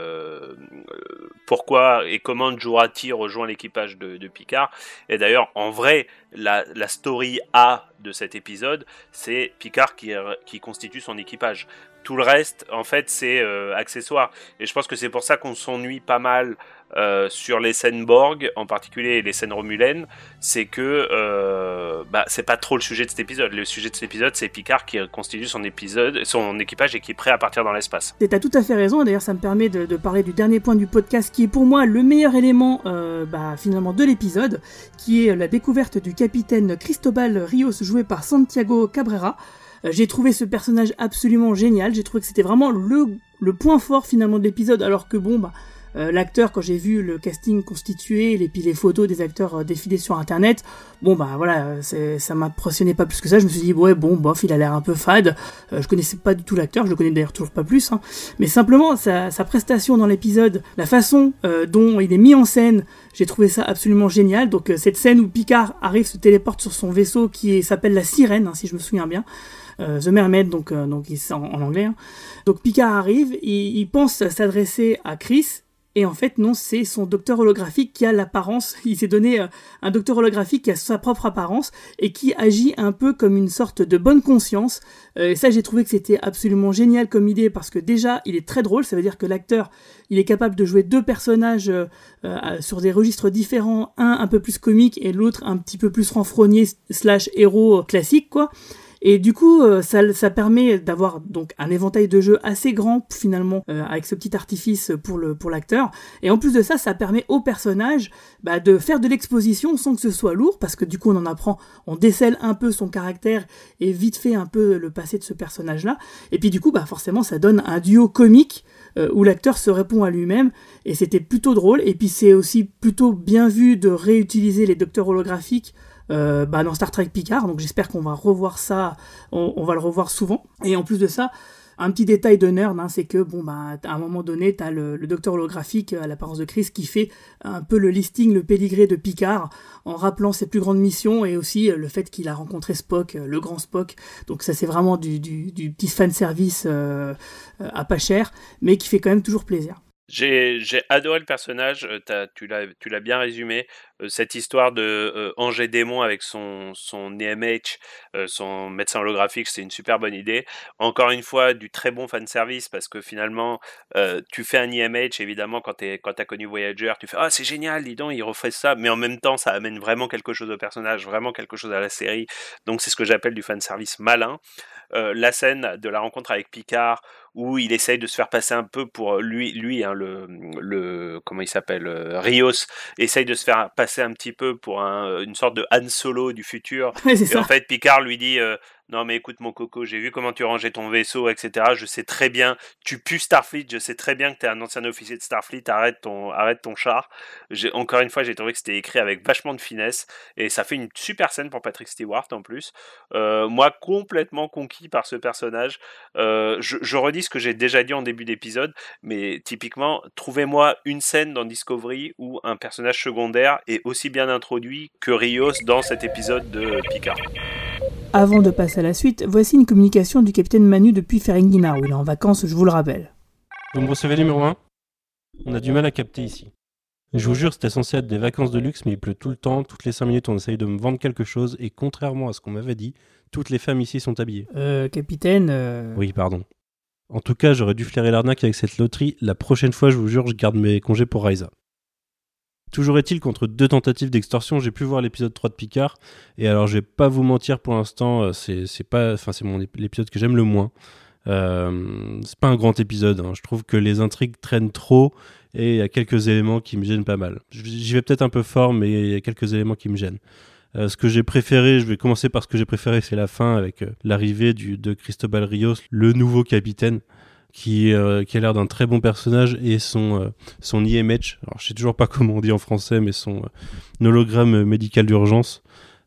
pourquoi et comment Jurati rejoint l'équipage de Picard. Et d'ailleurs, en vrai, la story A de cet épisode, c'est Picard qui constitue son équipage. Tout le reste, en fait, c'est accessoire. Et je pense que c'est pour ça qu'on s'ennuie pas mal sur les scènes Borg, en particulier les scènes romulaines. C'est que c'est pas trop le sujet de cet épisode. Le sujet de cet épisode, c'est Picard qui constitue son équipage et qui est prêt à partir dans l'espace. Et t'as tout à fait raison. D'ailleurs, ça me permet de parler du dernier point du podcast, qui est pour moi le meilleur élément finalement de l'épisode, qui est la découverte du capitaine Cristobal Rios, joué par Santiago Cabrera. J'ai trouvé ce personnage absolument génial, j'ai trouvé que c'était vraiment le point fort finalement de l'épisode, alors que l'acteur, quand j'ai vu le casting constitué, et puis les photos des acteurs défilés sur internet, ça m'impressionnait pas plus que ça. Je me suis dit il a l'air un peu fade. Je connaissais pas du tout l'acteur, je le connais d'ailleurs toujours pas plus, hein. Mais simplement sa prestation dans l'épisode, la façon dont il est mis en scène, j'ai trouvé ça absolument génial. Donc cette scène où Picard se téléporte sur son vaisseau qui s'appelle la Sirène, hein, si je me souviens bien. The Mermaid, donc c'est en anglais. Hein. Donc Picard arrive, il pense s'adresser à Chris, Et en fait, non, c'est son docteur holographique qui a l'apparence, il s'est donné un docteur holographique qui a sa propre apparence et qui agit un peu comme une sorte de bonne conscience. Et ça, j'ai trouvé que c'était absolument génial comme idée parce que déjà, il est très drôle, ça veut dire que l'acteur, il est capable de jouer deux personnages sur des registres différents, un peu plus comique et l'autre un petit peu plus renfrogné / héros classique, quoi. Et du coup, ça permet d'avoir donc un éventail de jeux assez grand finalement avec ce petit artifice pour l'acteur. Et en plus de ça, ça permet au personnage de faire de l'exposition sans que ce soit lourd, parce que du coup on en apprend, on décèle un peu son caractère et vite fait un peu le passé de ce personnage-là. Et puis du coup, forcément, ça donne un duo comique où l'acteur se répond à lui-même, et c'était plutôt drôle. Et puis c'est aussi plutôt bien vu de réutiliser les docteurs holographiques dans Star Trek Picard, donc j'espère qu'on va revoir ça, on va le revoir souvent. Et en plus de ça, un petit détail de nerd, c'est que à un moment donné, t'as le docteur holographique à l'apparence de Chris qui fait un peu le listing, le pédigré de Picard, en rappelant ses plus grandes missions et aussi le fait qu'il a rencontré Spock, le grand Spock. Donc ça, c'est vraiment du petit fanservice à pas cher, mais qui fait quand même toujours plaisir. J'ai adoré le personnage, tu l'as bien résumé, cette histoire de Angers Démon avec son EMH, son médecin holographique, c'est une super bonne idée. Encore une fois, du très bon fanservice, parce que finalement, tu fais un EMH, évidemment, quand t'as connu Voyager, tu fais « Ah, c'est génial, dis donc, il refait ça », mais en même temps, ça amène vraiment quelque chose au personnage, vraiment quelque chose à la série, donc c'est ce que j'appelle du fanservice malin. La scène de la rencontre avec Picard, où il essaye de se faire passer un peu pour lui le comment il s'appelle, Rios, essaye de se faire passer un petit peu pour une sorte de Han Solo du futur. Ouais, et en fait, Picard lui dit non mais écoute mon coco, j'ai vu comment tu rangeais ton vaisseau, etc. Je sais très bien, tu pues Starfleet, je sais très bien que t'es un ancien officier de Starfleet, arrête ton char. Encore une fois, j'ai trouvé que c'était écrit avec vachement de finesse, et ça fait une super scène pour Patrick Stewart en plus. Moi, complètement conquis par ce personnage. Je redis ce que j'ai déjà dit en début d'épisode, mais typiquement, trouvez-moi une scène dans Discovery où un personnage secondaire est aussi bien introduit que Rios dans cet épisode de Picard. Avant de passer à la suite, voici une communication du capitaine Manu depuis Ferenginar, où il est en vacances, je vous le rappelle. Vous me recevez numéro 1 ? On a du mal à capter ici. Je vous jure, c'était censé être des vacances de luxe, mais il pleut tout le temps, toutes les 5 minutes on essaye de me vendre quelque chose, et contrairement à ce qu'on m'avait dit, toutes les femmes ici sont habillées. Capitaine... Oui, pardon. En tout cas, j'aurais dû flairer l'arnaque avec cette loterie. La prochaine fois, je vous jure, je garde mes congés pour Raisa. Toujours est-il qu'entre 2 tentatives d'extorsion, j'ai pu voir l'épisode 3 de Picard. Et alors, je vais pas vous mentir, pour l'instant, c'est l'épisode que j'aime le moins. C'est pas un grand épisode. Je trouve que les intrigues traînent trop et il y a quelques éléments qui me gênent pas mal. J'y vais peut-être un peu fort, mais il y a quelques éléments qui me gênent. Ce que j'ai préféré, je vais commencer par ce que j'ai préféré, c'est la fin avec l'arrivée de Cristobal Rios, le nouveau capitaine, qui a l'air d'un très bon personnage, et son IMH, alors je sais toujours pas comment on dit en français, mais son hologramme médical d'urgence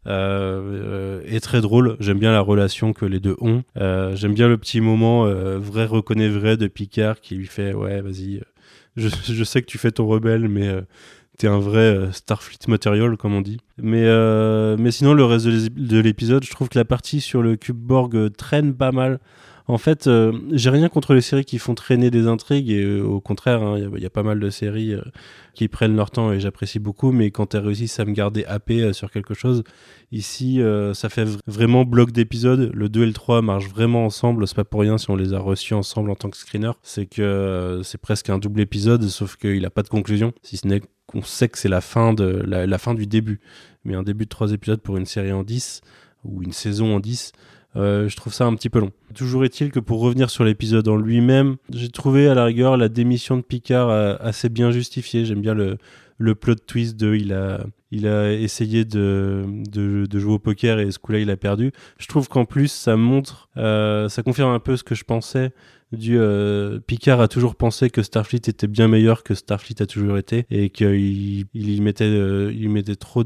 est très drôle. J'aime bien la relation que les deux ont. J'aime bien le petit moment vrai reconnaît vrai de Picard qui lui fait ouais vas-y, je sais que tu fais ton rebelle, mais t'es un vrai Starfleet Material, comme on dit. Mais sinon, le reste de l'épisode, je trouve que la partie sur le cube Borg traîne pas mal. En fait, j'ai rien contre les séries qui font traîner des intrigues, et au contraire, il y a pas mal de séries qui prennent leur temps et j'apprécie beaucoup, mais quand elles réussissent à me garder happé sur quelque chose, ici, ça fait vraiment bloc d'épisodes. Le 2 et le 3 marchent vraiment ensemble, c'est pas pour rien si on les a reçus ensemble en tant que screener. C'est que c'est presque un double épisode, sauf qu'il a pas de conclusion, si ce n'est qu'on sait que c'est la fin du début. Mais un début de 3 épisodes pour une série en 10, ou une saison en 10, je trouve ça un petit peu long. Toujours est-il que pour revenir sur l'épisode en lui-même, j'ai trouvé à la rigueur la démission de Picard assez bien justifiée. J'aime bien le plot twist de il a essayé de jouer au poker et ce coup-là il a perdu. Je trouve qu'en plus ça montre, ça confirme un peu ce que je pensais Picard a toujours pensé que Starfleet était bien meilleur que Starfleet a toujours été, et qu'il y mettait trop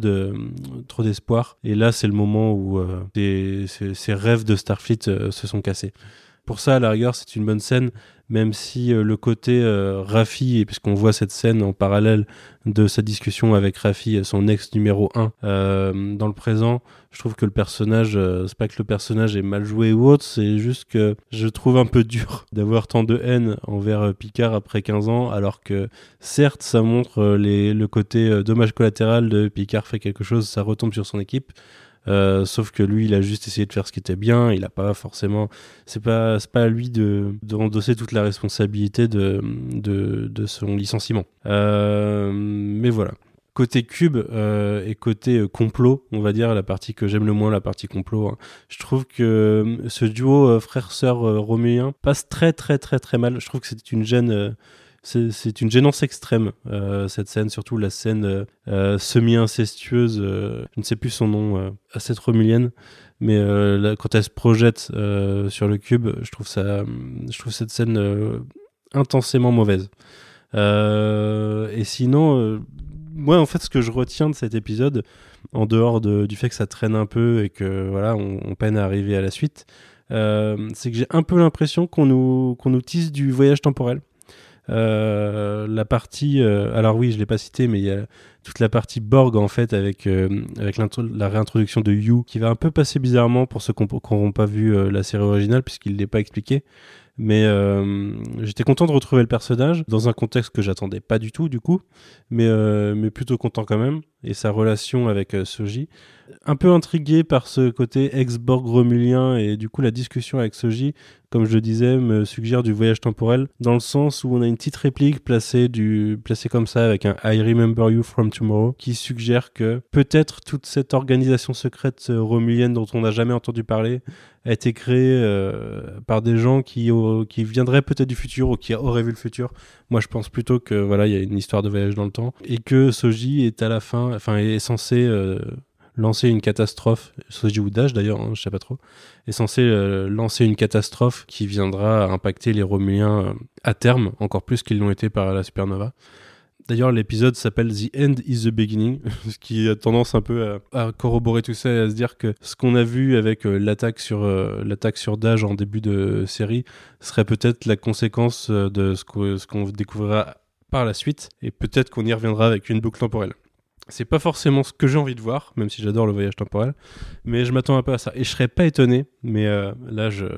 d'espoir, et là c'est le moment où ses rêves de Starfleet se sont cassés. pour ça, à la rigueur, c'est une bonne scène, même si le côté Raffi, et puisqu'on voit cette scène en parallèle de sa discussion avec Raffi, son ex numéro 1, dans le présent, je trouve que le personnage, c'est pas que le personnage est mal joué ou autre, c'est juste que je trouve un peu dur d'avoir tant de haine envers Picard après 15 ans, alors que certes, ça montre le côté dommage collatéral de Picard fait quelque chose, ça retombe sur son équipe. Sauf que lui, il a juste essayé de faire ce qui était bien. Il a pas forcément. C'est pas à lui de endosser toute la responsabilité de son licenciement. Mais voilà. Côté Cube et côté complot, on va dire la partie que j'aime le moins, la partie complot. Hein, je trouve que ce duo frère-sœur romulien passe très très très très mal. Je trouve que c'est une gêne. C'est une gênance extrême, cette scène, surtout la scène semi-incestueuse, je ne sais plus son nom, à cette romulienne, mais quand elle se projette sur le cube, je trouve cette scène intensément mauvaise. Et sinon, moi en fait ce que je retiens de cet épisode, en dehors du fait que ça traîne un peu et que voilà, on peine à arriver à la suite, c'est que j'ai un peu l'impression qu'on nous tease du voyage temporel. La partie alors oui, je l'ai pas cité, mais il y a toute la partie Borg en fait avec la réintroduction de You qui va un peu passer bizarrement pour ceux qui n'auront pas vu la série originale, puisqu'il l'est pas expliqué. Mais j'étais content de retrouver le personnage dans un contexte que j'attendais pas du tout, du coup, mais plutôt content quand même. Et sa relation avec Soji, un peu intrigué par ce côté ex-Borg romulien, et du coup la discussion avec Soji, comme je le disais, me suggère du voyage temporel, dans le sens où on a une petite réplique placée comme ça avec un I remember you from tomorrow, qui suggère que peut-être toute cette organisation secrète romulienne dont on n'a jamais entendu parler a été créée par des gens qui viendraient peut-être du futur ou qui auraient vu le futur. Moi je pense plutôt que voilà, il y a une histoire de voyage dans le temps et que Soji est à la fin, est censé lancer une catastrophe, Soji ou Dash d'ailleurs, hein, je sais pas trop, est censé lancer une catastrophe qui viendra impacter les Romuliens à terme, encore plus qu'ils l'ont été par la supernova. D'ailleurs, l'épisode s'appelle The End is the Beginning, ce qui a tendance un peu à corroborer tout ça et à se dire que ce qu'on a vu avec l'attaque sur Dash en début de série serait peut-être la conséquence de ce qu'on découvrira par la suite, et peut-être qu'on y reviendra avec une boucle temporelle. C'est pas forcément ce que j'ai envie de voir, même si j'adore le voyage temporel, mais je m'attends un peu à ça. Et je serais pas étonné, mais là je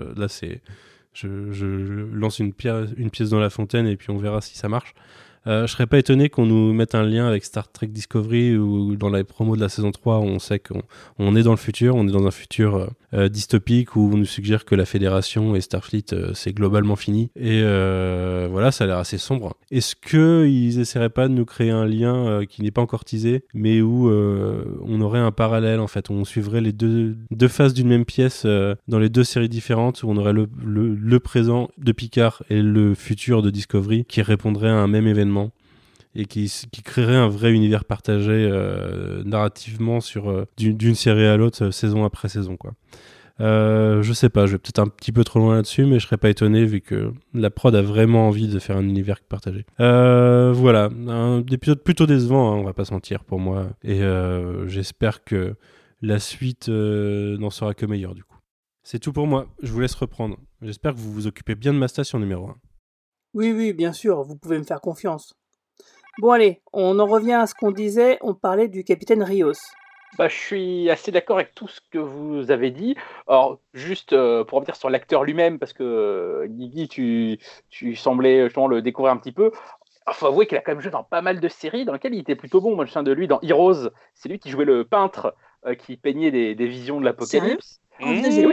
lance une pièce dans la fontaine et puis on verra si ça marche. Je serais pas étonné qu'on nous mette un lien avec Star Trek Discovery, ou dans la promo de la saison 3 on sait qu'on est dans le futur, on est dans un futur dystopique où on nous suggère que la Fédération et Starfleet c'est globalement fini, et voilà, ça a l'air assez sombre. Est-ce qu'ils essaieraient pas de nous créer un lien qui n'est pas encore teasé, mais où on aurait un parallèle en fait, où on suivrait les deux faces d'une même pièce dans les deux séries différentes, où on aurait le présent de Picard et le futur de Discovery qui répondrait à un même événement, et qui créerait un vrai univers partagé narrativement d'une série à l'autre, saison après saison, quoi. Je sais pas, je vais peut-être un petit peu trop loin là-dessus, mais je serais pas étonné vu que la prod a vraiment envie de faire un univers partagé. Voilà, un épisode plutôt décevant, hein, on va pas se mentir pour moi, et j'espère que la suite n'en sera que meilleure du coup. C'est tout pour moi, je vous laisse reprendre. J'espère que vous vous occupez bien de ma station numéro 1. Oui, bien sûr, vous pouvez me faire confiance. Bon allez, on en revient à ce qu'on disait, on parlait du capitaine Rios. Je suis assez d'accord avec tout ce que vous avez dit. Alors, juste pour revenir sur l'acteur lui-même, parce que Guigui, tu semblais justement le découvrir un petit peu. Il faut avouer qu'il a quand même joué dans pas mal de séries dans lesquelles il était plutôt bon. Moi, je me souviens de lui dans Heroes. C'est lui qui jouait le peintre qui peignait des visions de l'apocalypse. C'est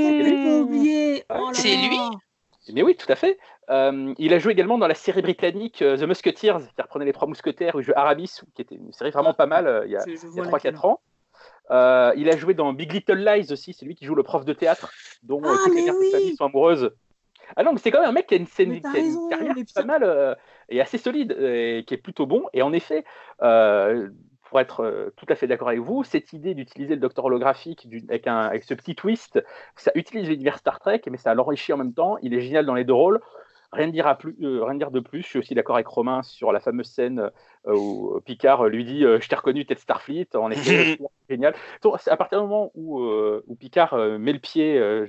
lui. Mais oui, tout à fait. Il a joué également dans la série britannique The Musketeers, qui reprenait les 3 mousquetaires, où il jouait Aramis, qui était une série vraiment pas mal il y a 3-4 ans. Il a joué dans Big Little Lies aussi, c'est lui qui joue le prof de théâtre, dont toutes les mères de famille sont amoureuses. Ah non, mais c'est quand même un mec qui a une carrière pas mal et assez solide, et qui est plutôt bon. Et en effet, pour être tout à fait d'accord avec vous, cette idée d'utiliser le docteur holographique avec ce petit twist, ça utilise l'univers Star Trek, mais ça l'enrichit en même temps. Il est génial dans les deux rôles. Rien de dire de plus. Je suis aussi d'accord avec Romain sur la fameuse scène où Picard lui dit je t'ai reconnu, t'es de Starfleet. En effet, c'est génial. Donc, à partir du moment où Picard met le pied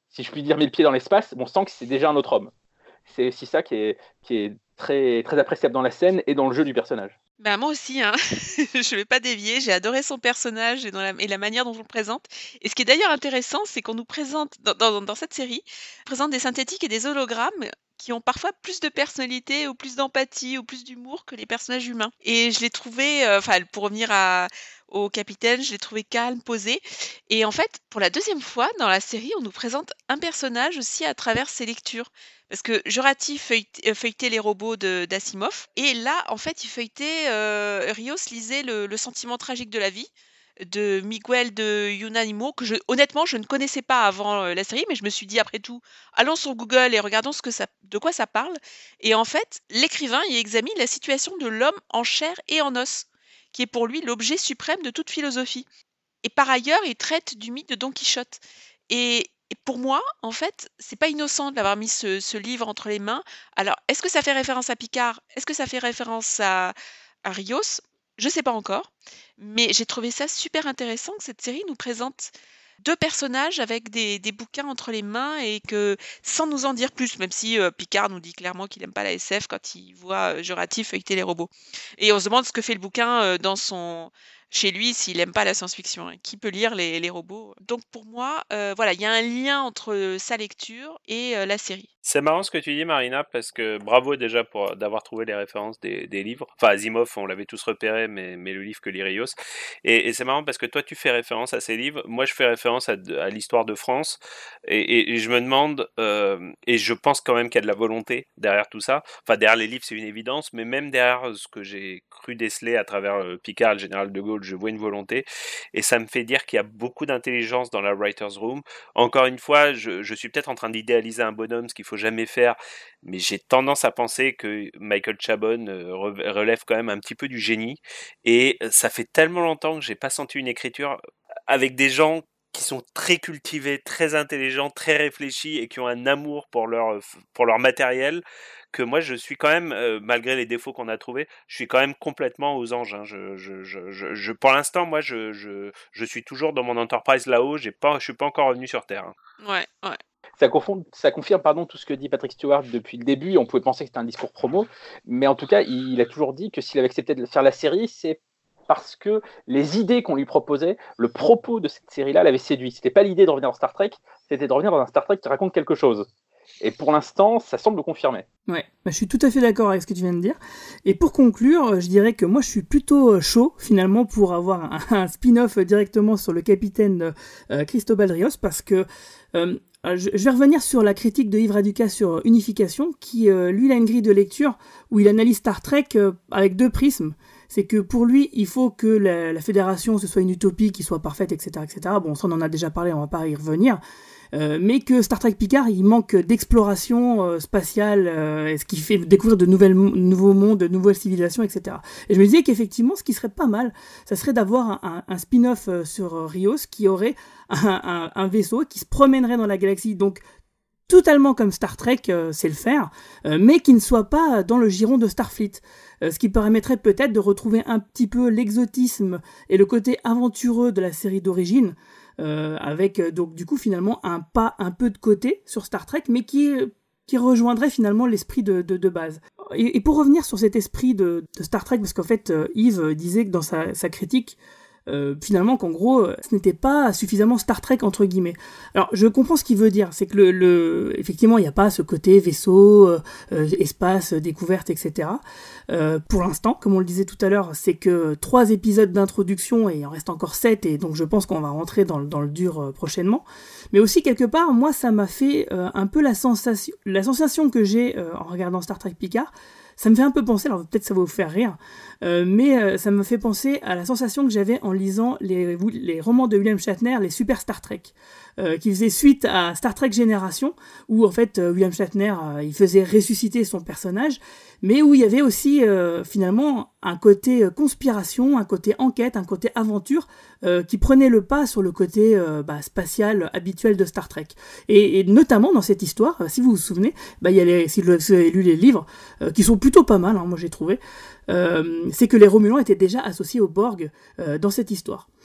si je puis dire, met le pied dans l'espace, on sent que c'est déjà un autre homme. C'est aussi ça qui est très, très appréciable dans la scène et dans le jeu du personnage. Ben moi aussi, hein. Je vais pas dévier. J'ai adoré son personnage et la manière dont on le présente. Et ce qui est d'ailleurs intéressant, c'est qu'on nous présente dans cette série, on présente des synthétiques et des hologrammes qui ont parfois plus de personnalité ou plus d'empathie ou plus d'humour que les personnages humains. Et je l'ai trouvé, pour revenir au capitaine, je l'ai trouvé calme, posé. Et en fait, pour la deuxième fois dans la série, on nous présente un personnage aussi à travers ses lectures. Parce que Jurati feuilletait les robots d'Asimov, et là, en fait, il feuilletait, Rios lisait le sentiment tragique de la vie de Miguel de Unánimo, que honnêtement, je ne connaissais pas avant la série, mais je me suis dit, après tout, allons sur Google et regardons de quoi ça parle. Et en fait, l'écrivain y examine la situation de l'homme en chair et en os, qui est pour lui l'objet suprême de toute philosophie. Et par ailleurs, il traite du mythe de Don Quichotte. Et pour moi, en fait, c'est pas innocent d'avoir mis ce livre entre les mains. Alors, est-ce que ça fait référence à Picard? Est-ce que ça fait référence à Rios? Je sais pas encore. Mais j'ai trouvé ça super intéressant que cette série nous présente deux personnages avec des bouquins entre les mains et que, sans nous en dire plus, même si Picard nous dit clairement qu'il n'aime pas la SF quand il voit Jurati feuilleter les robots. Et on se demande ce que fait le bouquin chez lui s'il n'aime pas la science-fiction. Hein. Qui peut lire les robots? Donc pour moi, voilà, il y a un lien entre sa lecture et la série. C'est marrant ce que tu dis, Marina, parce que bravo déjà d'avoir trouvé les références des livres. Enfin, Asimov, on l'avait tous repéré, mais le livre que lit Rios. Et c'est marrant parce que toi, tu fais référence à ces livres. Moi, je fais référence à l'histoire de France. Et je me demande, et je pense quand même qu'il y a de la volonté derrière tout ça. Enfin, derrière les livres, c'est une évidence, mais même derrière ce que j'ai cru déceler à travers Picard, le général de Gaulle, je vois une volonté. Et ça me fait dire qu'il y a beaucoup d'intelligence dans la writer's room. Encore une fois, je suis peut-être en train d'idéaliser un bonhomme, ce qu'il faut jamais faire, mais j'ai tendance à penser que Michael Chabon relève quand même un petit peu du génie, et ça fait tellement longtemps que j'ai pas senti une écriture avec des gens qui sont très cultivés, très intelligents, très réfléchis et qui ont un amour pour leur matériel, que moi je suis quand même, malgré les défauts qu'on a trouvés, je suis quand même complètement aux anges. Hein. Pour l'instant, moi je suis toujours dans mon Enterprise là-haut, je suis pas encore revenu sur Terre. Hein. Ouais. Ça confirme tout ce que dit Patrick Stewart depuis le début. On pouvait penser que c'était un discours promo, mais en tout cas, il a toujours dit que s'il avait accepté de faire la série, c'est parce que les idées qu'on lui proposait, le propos de cette série-là l'avait séduit. C'était pas l'idée de revenir dans Star Trek, c'était de revenir dans un Star Trek qui raconte quelque chose. Et pour l'instant, ça semble le confirmer. Ouais, je suis tout à fait d'accord avec ce que tu viens de dire. Et pour conclure, je dirais que moi je suis plutôt chaud finalement pour avoir un spin-off directement sur le capitaine Cristobal Rios, parce que je vais revenir sur la critique de Yves Raduca sur Unification, qui lui il a une grille de lecture où il analyse Star Trek avec deux prismes. C'est que pour lui, il faut que la Fédération, ce soit une utopie qui soit parfaite, etc., etc. Bon, ça on en a déjà parlé, on va pas y revenir. Mais que Star Trek Picard, il manque d'exploration spatiale, ce qui fait découvrir de nouveaux mondes, de nouvelles civilisations, etc. Et je me disais qu'effectivement, ce qui serait pas mal, ça serait d'avoir un spin-off sur Rios qui aurait un vaisseau qui se promènerait dans la galaxie, donc totalement comme Star Trek sait le faire, mais qui ne soit pas dans le giron de Starfleet. Ce qui permettrait peut-être de retrouver un petit peu l'exotisme et le côté aventureux de la série d'origine, avec donc du coup finalement un pas un peu de côté sur Star Trek, mais qui rejoindrait finalement l'esprit de base. Et pour revenir sur cet esprit de Star Trek, parce qu'en fait Yves disait que dans sa critique, finalement qu'en gros ce n'était pas suffisamment Star Trek entre guillemets. Alors je comprends ce qu'il veut dire, c'est que effectivement il n'y a pas ce côté vaisseau, espace, découverte, etc. Pour l'instant, comme on le disait tout à l'heure, c'est que 3 épisodes d'introduction et il en reste encore 7, et donc je pense qu'on va rentrer dans le dur prochainement. Mais aussi quelque part, moi ça m'a fait un peu la sensation que j'ai en regardant Star Trek Picard. Ça me fait un peu penser, alors peut-être ça va vous faire rire, mais ça me fait penser à la sensation que j'avais en lisant les romans de William Shatner, les Super Star Trek, qui faisaient suite à Star Trek Génération, où en fait William Shatner il faisait ressusciter son personnage, mais où il y avait aussi finalement un côté conspiration, un côté enquête, un côté aventure, qui prenait le pas sur le côté spatial habituel de Star Trek. Et notamment dans cette histoire, si vous vous souvenez, il y a si vous avez lu les livres, qui sont plutôt pas mal, hein, moi j'ai trouvé, c'est que les Romulans étaient déjà associés aux Borg dans cette histoire.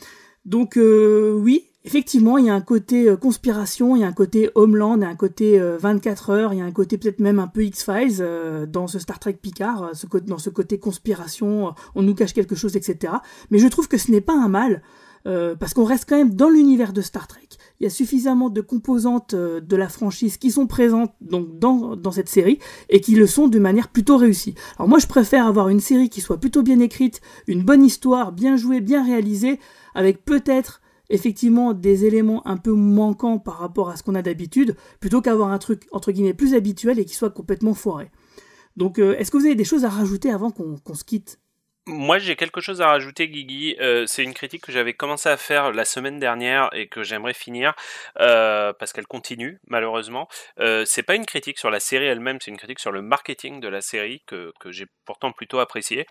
Donc oui, effectivement, il y a un côté conspiration, il y a un côté Homeland, il y a un côté 24 heures, il y a un côté peut-être même un peu X-Files dans ce Star Trek Picard, dans ce côté conspiration, on nous cache quelque chose, etc. Mais je trouve que ce n'est pas un mal, parce qu'on reste quand même dans l'univers de Star Trek. Il y a suffisamment de composantes de la franchise qui sont présentes donc dans cette série et qui le sont de manière plutôt réussie. Alors moi je préfère avoir une série qui soit plutôt bien écrite, une bonne histoire, bien jouée, bien réalisée, avec peut-être effectivement des éléments un peu manquants par rapport à ce qu'on a d'habitude, plutôt qu'avoir un truc entre guillemets plus habituel et qui soit complètement foiré. Donc est-ce que vous avez des choses à rajouter avant qu'on se quitte ? Moi, j'ai quelque chose à rajouter, Guigui. C'est une critique que j'avais commencé à faire la semaine dernière et que j'aimerais finir parce qu'elle continue, malheureusement. C'est pas une critique sur la série elle-même, c'est une critique sur le marketing de la série que j'ai pourtant plutôt apprécié.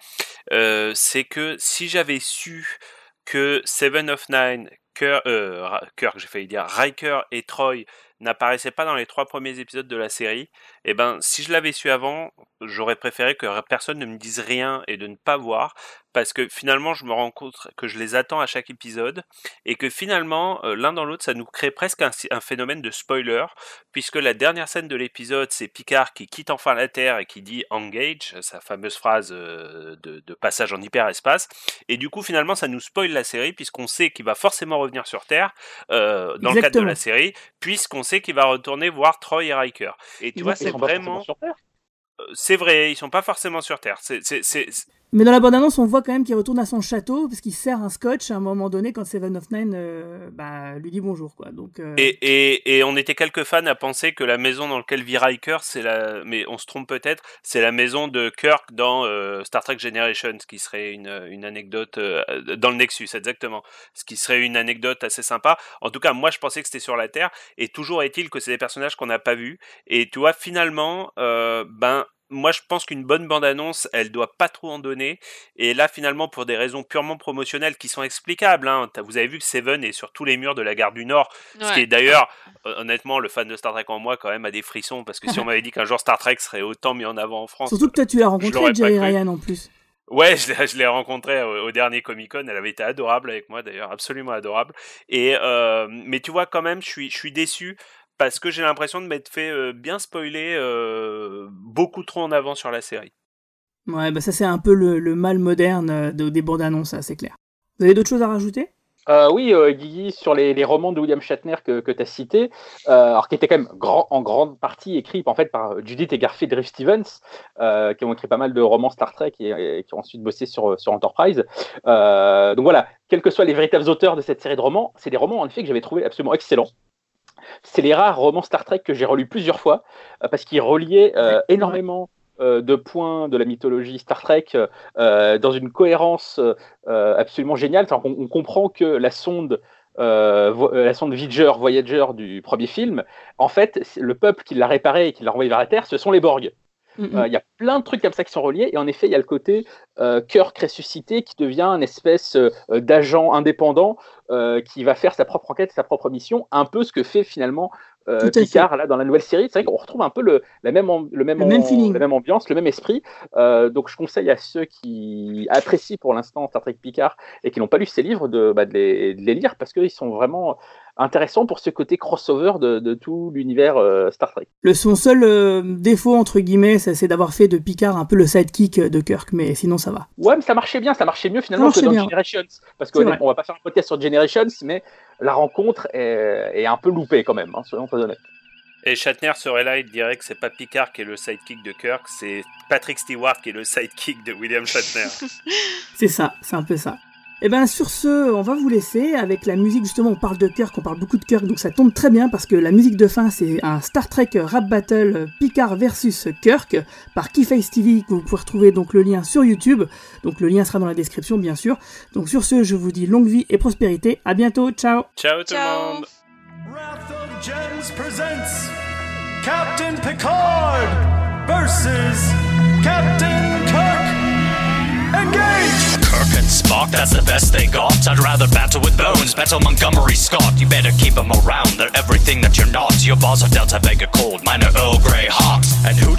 C'est que si j'avais su que Seven of Nine, Kirk, j'ai failli dire Riker et Troy n'apparaissaient pas dans les 3 premiers épisodes de la série, et ben si je l'avais su avant, j'aurais préféré que personne ne me dise rien et de ne pas voir, parce que finalement je me rends compte que je les attends à chaque épisode, et que finalement l'un dans l'autre ça nous crée presque un phénomène de spoiler, puisque la dernière scène de l'épisode c'est Picard qui quitte enfin la Terre et qui dit engage, sa fameuse phrase de passage en hyperespace, et du coup finalement ça nous spoil la série, puisqu'on sait qu'il va forcément revenir sur Terre dans le cadre de la série, puisqu'on sait qu'il va retourner voir Troy et Riker. Et tu vois, c'est vraiment... C'est vrai, ils sont pas forcément sur Terre. Mais dans la bande-annonce, on voit quand même qu'il retourne à son château parce qu'il sert un scotch à un moment donné quand Seven of Nine lui dit bonjour, quoi. Donc, et on était quelques fans à penser que la maison dans laquelle vit Riker, mais on se trompe peut-être, c'est la maison de Kirk dans Star Trek Generations, ce qui serait une anecdote dans le Nexus, exactement. Ce qui serait une anecdote assez sympa. En tout cas, moi, je pensais que c'était sur la Terre, et toujours est-il que c'est des personnages qu'on n'a pas vus. Et tu vois, finalement, moi, je pense qu'une bonne bande-annonce, elle doit pas trop en donner. Et là, finalement, pour des raisons purement promotionnelles qui sont explicables, hein, vous avez vu que Seven est sur tous les murs de la gare du Nord. Ouais. Ce qui est d'ailleurs, honnêtement, le fan de Star Trek en moi, quand même, a des frissons. Parce que si on m'avait dit qu'un jour Star Trek serait autant mis en avant en France... Surtout que toi, tu l'as rencontré, Jerry Ryan, en plus. Ouais, je l'ai rencontrée au dernier Comic-Con. Elle avait été adorable avec moi, d'ailleurs, absolument adorable. Mais tu vois, quand même, je suis déçu. Parce que j'ai l'impression de m'être fait bien spoiler beaucoup trop en avant sur la série. Ouais, ça c'est un peu le mal moderne des bandes annonces, ça, c'est clair. Vous avez d'autres choses à rajouter ? Oui, Guigui, sur les romans de William Shatner que tu as cités, alors qui étaient quand même en grande partie écrits en fait par Judith et Garfield Reeves-Stevens, qui ont écrit pas mal de romans Star Trek et qui ont ensuite bossé sur Enterprise. Donc voilà, quels que soient les véritables auteurs de cette série de romans, c'est des romans en effet que j'avais trouvé absolument excellents. C'est les rares romans Star Trek que j'ai relus plusieurs fois parce qu'ils reliaient énormément de points de la mythologie Star Trek dans une cohérence absolument géniale. On comprend que la sonde Voyager du premier film, en fait, le peuple qui l'a réparée et qui l'a renvoyée vers la Terre, ce sont les Borg. Il y a plein de trucs comme ça qui sont reliés, et en effet il y a le côté Kirk ressuscité qui devient une espèce d'agent indépendant qui va faire sa propre enquête, sa propre mission, un peu ce que fait finalement Picard là dans la nouvelle série. C'est vrai qu'on retrouve un peu le même feeling, la même ambiance, le même esprit. Donc je conseille à ceux qui apprécient pour l'instant Star Trek Picard et qui n'ont pas lu ces livres de les lire, parce qu'ils sont vraiment intéressant pour ce côté crossover de tout l'univers Star Trek. Son seul défaut, entre guillemets, c'est d'avoir fait de Picard un peu le sidekick de Kirk, mais sinon ça va. Ouais, mais ça marchait mieux finalement que dans Generations. Parce qu'on va pas faire un podcast sur Generations, mais la rencontre est un peu loupée quand même, hein, soyons très honnêtes. Et Shatner serait là, il dirait que c'est pas Picard qui est le sidekick de Kirk, c'est Patrick Stewart qui est le sidekick de William Shatner. C'est ça, c'est un peu ça. Et bien sur ce, on va vous laisser avec la musique. Justement, on parle de Kirk, on parle beaucoup de Kirk, donc ça tombe très bien parce que la musique de fin, c'est un Star Trek rap battle Picard versus Kirk par Keyface TV, que vous pouvez retrouver donc le lien sur YouTube. Donc le lien sera dans la description, bien sûr. Donc sur ce, je vous dis longue vie et prospérité. À bientôt, ciao. Ciao tout le monde. Wrath of Gems presents Captain Picard versus Captain Kirk. Engage! Kirk and Spock, that's the best they got. I'd rather battle with Bones, battle Montgomery Scott. You better keep them around, they're everything that you're not. Your balls of Delta Vega cold, mine are Earl Grey hot. And who do you have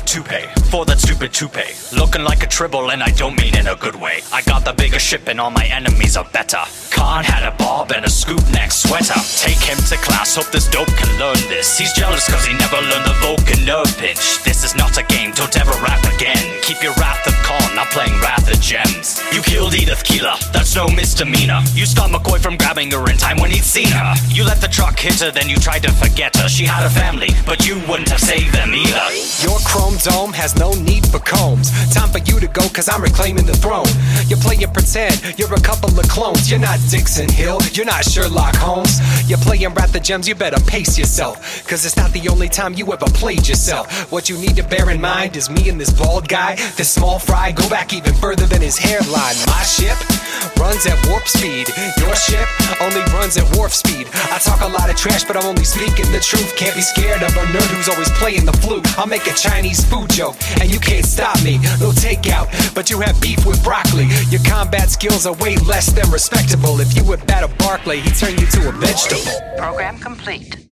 toupee for that stupid toupee. Looking like a tribble and I don't mean in a good way. I got the bigger ship and all my enemies are better. Khan had a bob and a scoop neck sweater. Take him to class, hope this dope can learn this. He's jealous cause he never learned the Vulcan nerve pinch. This is not a game, don't ever rap again. Keep your wrath of Khan, not playing Wrath of Gems. You killed Edith Keeler, that's no misdemeanor. You stopped McCoy from grabbing her in time when he'd seen her. You let the truck hit her, then you tried to forget her. She had a family, but you wouldn't have saved them either. Your chrome dome has no need for combs. Time for you to go cause I'm reclaiming the throne. You're playing pretend, you're a couple of clones. You're not Dixon Hill, you're not Sherlock Holmes. You're playing Wrath of Gems, you better pace yourself. Cause it's not the only time you ever played yourself. What you need to bear in mind is me and this bald guy, this small fry, go back even further than his hairline. My ship runs at warp speed. Your ship only runs at warp speed. I talk a lot of trash, but I'm only speaking the truth. Can't be scared of a nerd who's always playing the flute. I'll make a Chinese food joke, and you can't stop me. No takeout, but you have beef with broccoli. Your combat skills are way less than respectable. If you would battle Barclay, he'd turn you to a vegetable. Program complete.